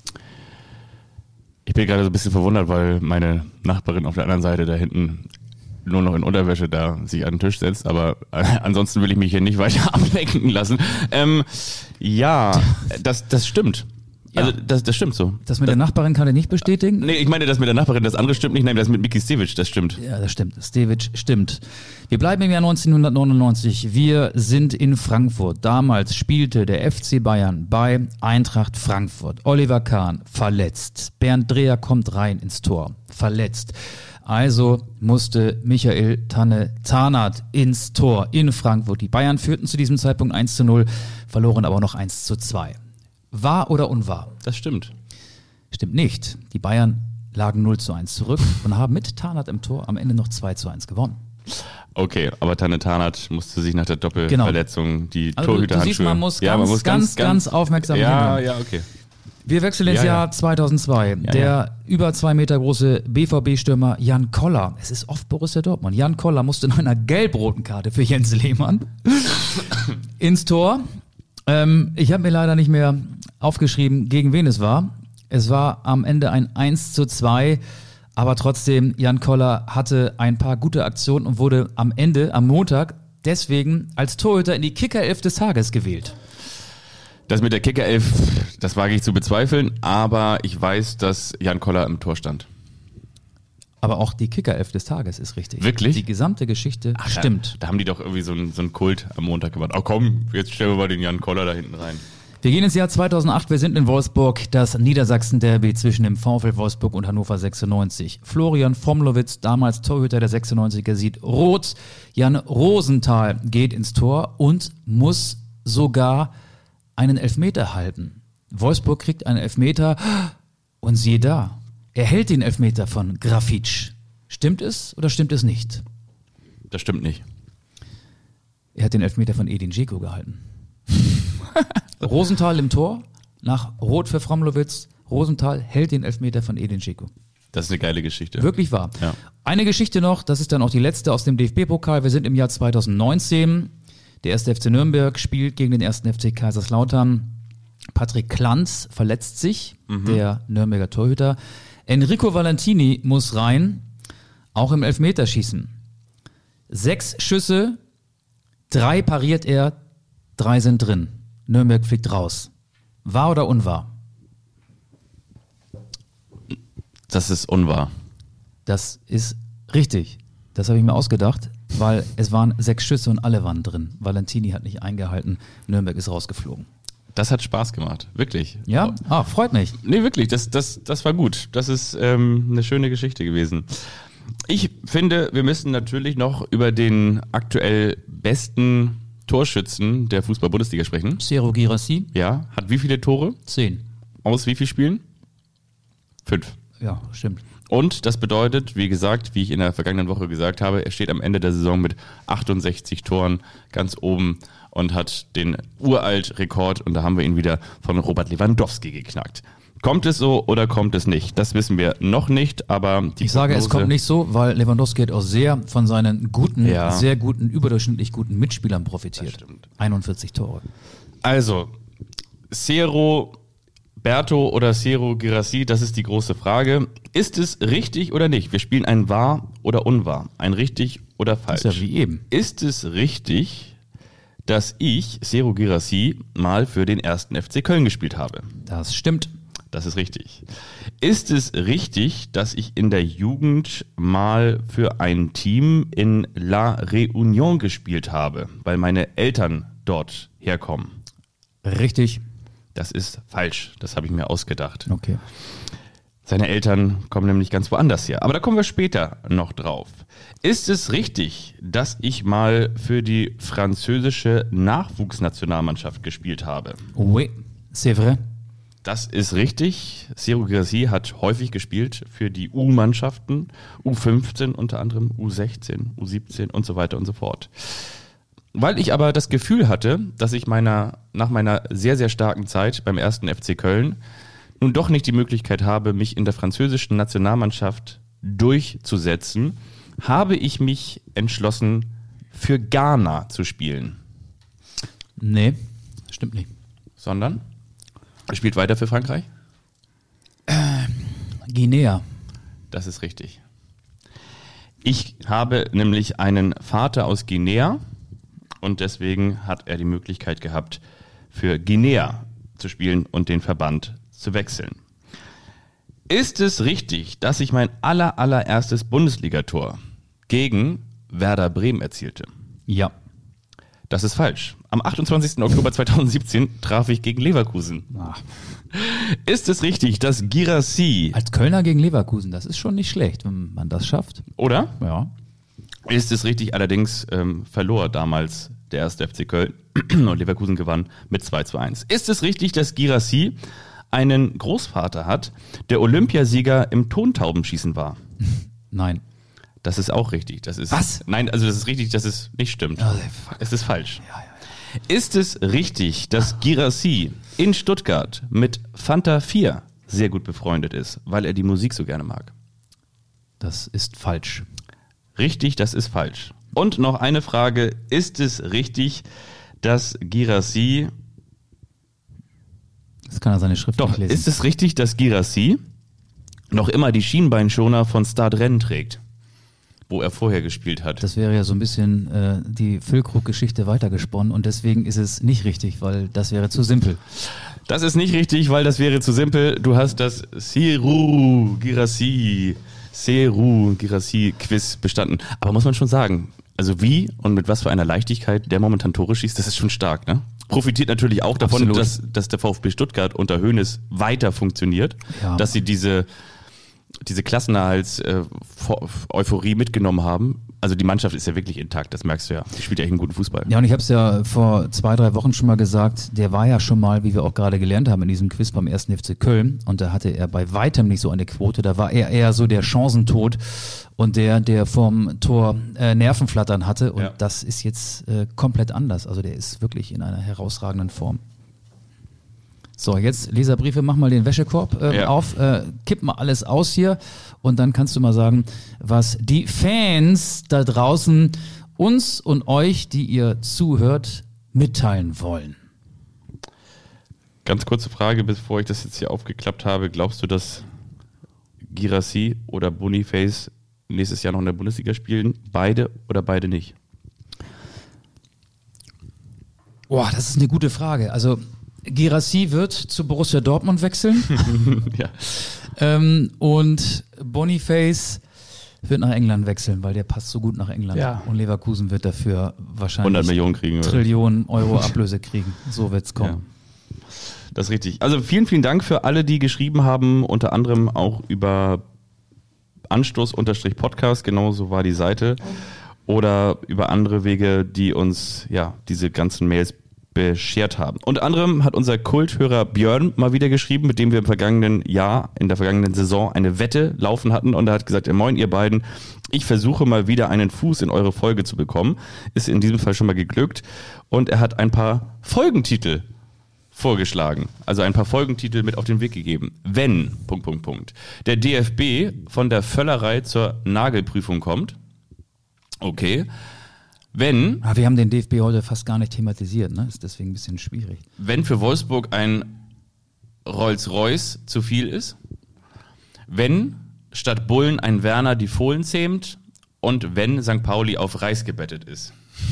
Ich bin gerade so ein bisschen verwundert, weil meine Nachbarin auf der anderen Seite da hinten nur noch in Unterwäsche da sich an den Tisch setzt, aber ansonsten will ich mich hier nicht weiter ablenken lassen. Ja, das stimmt. Also das stimmt so. Das mit der Nachbarin kann ich nicht bestätigen. Nee, ich meine, das mit der Nachbarin, das andere stimmt nicht. Nein, das mit Miki Stevic, das stimmt. Ja, das stimmt. Stevic stimmt. Wir bleiben im Jahr 1999. Wir sind in Frankfurt. Damals spielte der FC Bayern bei Eintracht Frankfurt. Oliver Kahn verletzt. Bernd Dreher kommt rein ins Tor. Verletzt. Also musste Michael Tanne-Tarnath ins Tor in Frankfurt. Die Bayern führten zu diesem Zeitpunkt 1:0, verloren aber noch 1:2. Wahr oder unwahr? Das stimmt. Stimmt nicht. Die Bayern lagen 0:1 zurück und haben mit Tarnath im Tor am Ende noch 2:1 gewonnen. Okay, aber Tanne-Tarnath musste sich nach der Doppelverletzung die Also Torhüterhandschuhe... du siehst, man muss ganz aufmerksam hinhören. Ja, okay. Wir wechseln ins Jahr 2002. Der über 2 Meter große BVB-Stürmer Jan Koller, es ist oft Borussia Dortmund, Jan Koller musste nach einer gelb-roten Karte für Jens Lehmann ins Tor. Ich habe mir leider nicht mehr aufgeschrieben, gegen wen es war. Es war am Ende ein 1:2, aber trotzdem, Jan Koller hatte ein paar gute Aktionen und wurde am Ende, am Montag, deswegen als Torhüter in die Kicker-Elf des Tages gewählt. Das mit der Kicker-Elf, das wage ich zu bezweifeln, aber ich weiß, dass Jan Koller im Tor stand. Aber auch die Kicker-Elf des Tages ist richtig. Wirklich? Die gesamte Geschichte stimmt. Da haben die doch irgendwie so einen Kult am Montag gemacht. Oh komm, jetzt stellen wir mal den Jan Koller da hinten rein. Wir gehen ins Jahr 2008, wir sind in Wolfsburg, das Niedersachsen-Derby zwischen dem VfL Wolfsburg und Hannover 96. Florian Fromlowitz, damals Torhüter der 96er, sieht rot. Jan Rosenthal geht ins Tor und muss sogar einen Elfmeter halten. Wolfsburg kriegt einen Elfmeter und siehe da, er hält den Elfmeter von Grafitsch. Stimmt es oder stimmt es nicht? Das stimmt nicht. Er hat den Elfmeter von Edin Dzeko gehalten. Rosenthal im Tor, nach Rot für Fromlowitz. Rosenthal hält den Elfmeter von Edin Dzeko. Das ist eine geile Geschichte. Wirklich wahr. Ja. Eine Geschichte noch, das ist dann auch die letzte aus dem DFB-Pokal. Wir sind im Jahr 2019. Der 1. FC Nürnberg spielt gegen den 1. FC Kaiserslautern. Patrick Klanz verletzt sich, der Nürnberger Torhüter. Enrico Valentini muss rein, auch im Elfmeterschießen. 6 Schüsse, 3 pariert er, 3 sind drin. Nürnberg fliegt raus. Wahr oder unwahr? Das ist unwahr. Das ist richtig. Das habe ich mir ausgedacht, weil es waren 6 Schüsse und alle waren drin. Valentini hat nicht eingehalten, Nürnberg ist rausgeflogen. Das hat Spaß gemacht, wirklich. Ja? Freut mich. Nee, wirklich, das war gut. Das ist eine schöne Geschichte gewesen. Ich finde, wir müssen natürlich noch über den aktuell besten Torschützen der Fußball-Bundesliga sprechen. Serhou Guirassy? Ja, hat wie viele Tore? 10. Aus wie vielen Spielen? 5. Ja, stimmt. Und das bedeutet, wie gesagt, wie ich in der vergangenen Woche gesagt habe, er steht am Ende der Saison mit 68 Toren ganz oben und hat den Uralt-Rekord, und da haben wir ihn wieder von Robert Lewandowski geknackt. Kommt es so oder kommt es nicht? Das wissen wir noch nicht, aber ich sage, es kommt nicht so, weil Lewandowski hat auch sehr von seinen guten, sehr guten, überdurchschnittlich guten Mitspielern profitiert. 41 Tore. Also, Serhou Berto oder Serhou Guirassy, das ist die große Frage. Ist es richtig oder nicht? Wir spielen ein wahr oder unwahr, ein richtig oder falsch. Das ist ja wie eben. Ist es richtig, dass ich, Serhou Guirassy, mal für den 1. FC Köln gespielt habe? Das stimmt. Das ist richtig. Ist es richtig, dass ich in der Jugend mal für ein Team in La Réunion gespielt habe, weil meine Eltern dort herkommen? Richtig. Das ist falsch. Das habe ich mir ausgedacht. Okay. Seine Eltern kommen nämlich ganz woanders her. Aber da kommen wir später noch drauf. Ist es richtig, dass ich mal für die französische Nachwuchsnationalmannschaft gespielt habe? Oui, c'est vrai. Das ist richtig. Serhou Guirassy hat häufig gespielt für die U-Mannschaften, U15 unter anderem, U16, U17 und so weiter und so fort. Weil ich aber das Gefühl hatte, dass ich nach meiner sehr, sehr starken Zeit beim 1. FC Köln nun doch nicht die Möglichkeit habe, mich in der französischen Nationalmannschaft durchzusetzen, habe ich mich entschlossen, für Ghana zu spielen. Nee, stimmt nicht. Sondern? Er spielt weiter für Frankreich? Guinea. Das ist richtig. Ich habe nämlich einen Vater aus Guinea und deswegen hat er die Möglichkeit gehabt, für Guinea zu spielen und den Verband zu wechseln. Ist es richtig, dass ich mein allererstes Bundesligator gegen Werder Bremen erzielte? Ja. Das ist falsch. Am 28. Oktober 2017 traf ich gegen Leverkusen. Ach. Ist es richtig, dass Guirassy, Als Kölner gegen Leverkusen, das ist schon nicht schlecht, wenn man das schafft. oder? Ja. Ist es richtig, allerdings verlor damals der erste FC Köln und Leverkusen gewann mit 2:1. Ist es richtig, dass Guirassy einen Großvater hat, der Olympiasieger im Tontaubenschießen war? Nein. Das ist auch richtig. Das ist, Was? Nein, also das ist richtig, dass es nicht stimmt. Oh, fuck. Es ist falsch. Ist es richtig, dass Guirassy in Stuttgart mit Fanta 4 sehr gut befreundet ist, weil er die Musik so gerne mag? Das ist falsch. Richtig, das ist falsch. Und noch eine Frage, ist es richtig, dass Guirassy... Das kann er seine Schrift Doch, nicht lesen. ist es richtig, dass Guirassy noch immer die Schienbeinschoner von Stade Rennes trägt, wo er vorher gespielt hat? Das wäre ja so ein bisschen die Füllkrug-Geschichte weitergesponnen und deswegen ist es nicht richtig, weil das wäre zu simpel. Das ist nicht richtig, weil das wäre zu simpel. Du hast das Serhou Guirassy Quiz bestanden. Aber muss man schon sagen, also wie und mit was für einer Leichtigkeit der momentan Tore schießt, das ist schon stark, ne? Profitiert natürlich auch davon, Absolut. dass der VfB Stuttgart unter Hoeneß weiter funktioniert, Ja. dass sie diese Klassenerhalts-Euphorie mitgenommen haben. Also die Mannschaft ist ja wirklich intakt, das merkst du ja. Die spielt ja echt einen guten Fußball. Ja, und ich habe es ja vor 2-3 Wochen schon mal gesagt, der war ja schon mal, wie wir auch gerade gelernt haben, in diesem Quiz beim 1. FC Köln und da hatte er bei weitem nicht so eine Quote, da war er eher so der Chancentod und der vom Tor Nervenflattern hatte und Ja. das ist jetzt komplett anders, also der ist wirklich in einer herausragenden Form. So, jetzt Leserbriefe, mach mal den Wäschekorb Ja. auf, kipp mal alles aus hier und dann kannst du mal sagen, was die Fans da draußen uns und euch, die ihr zuhört, mitteilen wollen. Ganz kurze Frage, bevor ich das jetzt hier aufgeklappt habe. Glaubst du, dass Guirassy oder Boniface nächstes Jahr noch in der Bundesliga spielen? Beide oder beide nicht? Boah, das ist eine gute Frage. Also Guirassy wird zu Borussia Dortmund wechseln Ja. und Boniface wird nach England wechseln, weil der passt so gut nach England. Ja. Und Leverkusen wird dafür 100 wahrscheinlich Millionen kriegen. Oder? Trillionen Euro Ablöse kriegen. So wird's kommen. Ja. Das ist richtig. Also vielen, vielen Dank für alle, die geschrieben haben, unter anderem auch über Anstoß-Podcast, genauso war die Seite, oder über andere Wege, die uns ja diese ganzen Mails beschert haben. Unter anderem hat unser Kulthörer Björn mal wieder geschrieben, mit dem wir im vergangenen Jahr, in der vergangenen Saison eine Wette laufen hatten und er hat gesagt, moin ihr beiden, ich versuche mal wieder einen Fuß in eure Folge zu bekommen. Ist in diesem Fall schon mal geglückt und er hat ein paar Folgentitel vorgeschlagen, also ein paar Folgentitel mit auf den Weg gegeben. Wenn, ... der DFB von der Völlerei zur Nagelprüfung kommt, okay, wenn Wir haben den DFB heute fast gar nicht thematisiert, ne? Ist deswegen ein bisschen schwierig. für Wolfsburg ein Rolls-Royce zu viel ist, wenn statt Bullen ein Werner die Fohlen zähmt und wenn St. Pauli auf Reis gebettet ist.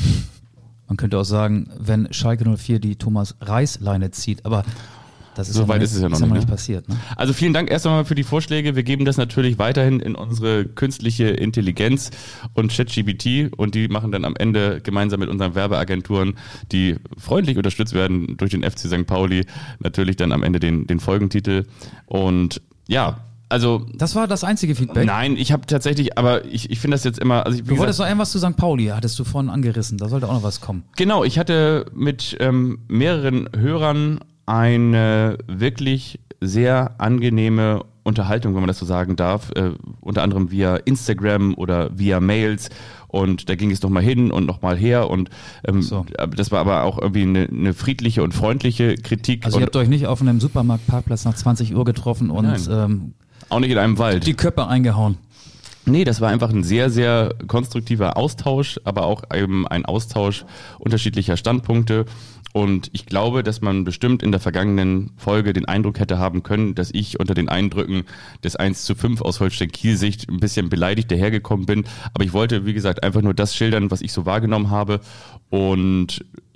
Man könnte auch sagen, wenn Schalke 04 die Thomas-Reis-Leine zieht, aber das ist So ja weit noch ist es ja noch nicht nicht, ne? passiert. Ne? Also vielen Dank erst einmal für die Vorschläge. Wir geben das natürlich weiterhin in unsere künstliche Intelligenz und ChatGPT und die machen dann am Ende gemeinsam mit unseren Werbeagenturen, die freundlich unterstützt werden durch den FC St. Pauli, natürlich dann am Ende den Folgentitel. Und ja, also Das war das einzige Feedback. nein, ich habe tatsächlich, aber ich finde das jetzt immer, also Du wolltest noch irgendwas zu St. Pauli, hattest du vorhin angerissen, da sollte auch noch was kommen. Genau, ich hatte mit mehreren Hörern eine wirklich sehr angenehme Unterhaltung, wenn man das so sagen darf, unter anderem via Instagram oder via Mails und da ging es nochmal hin und nochmal her und So. das war aber auch irgendwie eine friedliche und freundliche Kritik Also ihr und habt euch nicht auf einem Supermarktparkplatz nach 20 Uhr getroffen und auch nicht in einem Wald. die Köpfe eingehauen. Nee, das war einfach ein sehr, sehr konstruktiver Austausch, aber auch eben ein Austausch unterschiedlicher Standpunkte. Und ich glaube, dass man bestimmt in der vergangenen Folge den Eindruck hätte haben können, dass ich unter den Eindrücken des 1:5 aus Holstein-Kiel-Sicht ein bisschen beleidigt dahergekommen bin. Aber ich wollte, wie gesagt, einfach nur das schildern, was ich so wahrgenommen habe. Und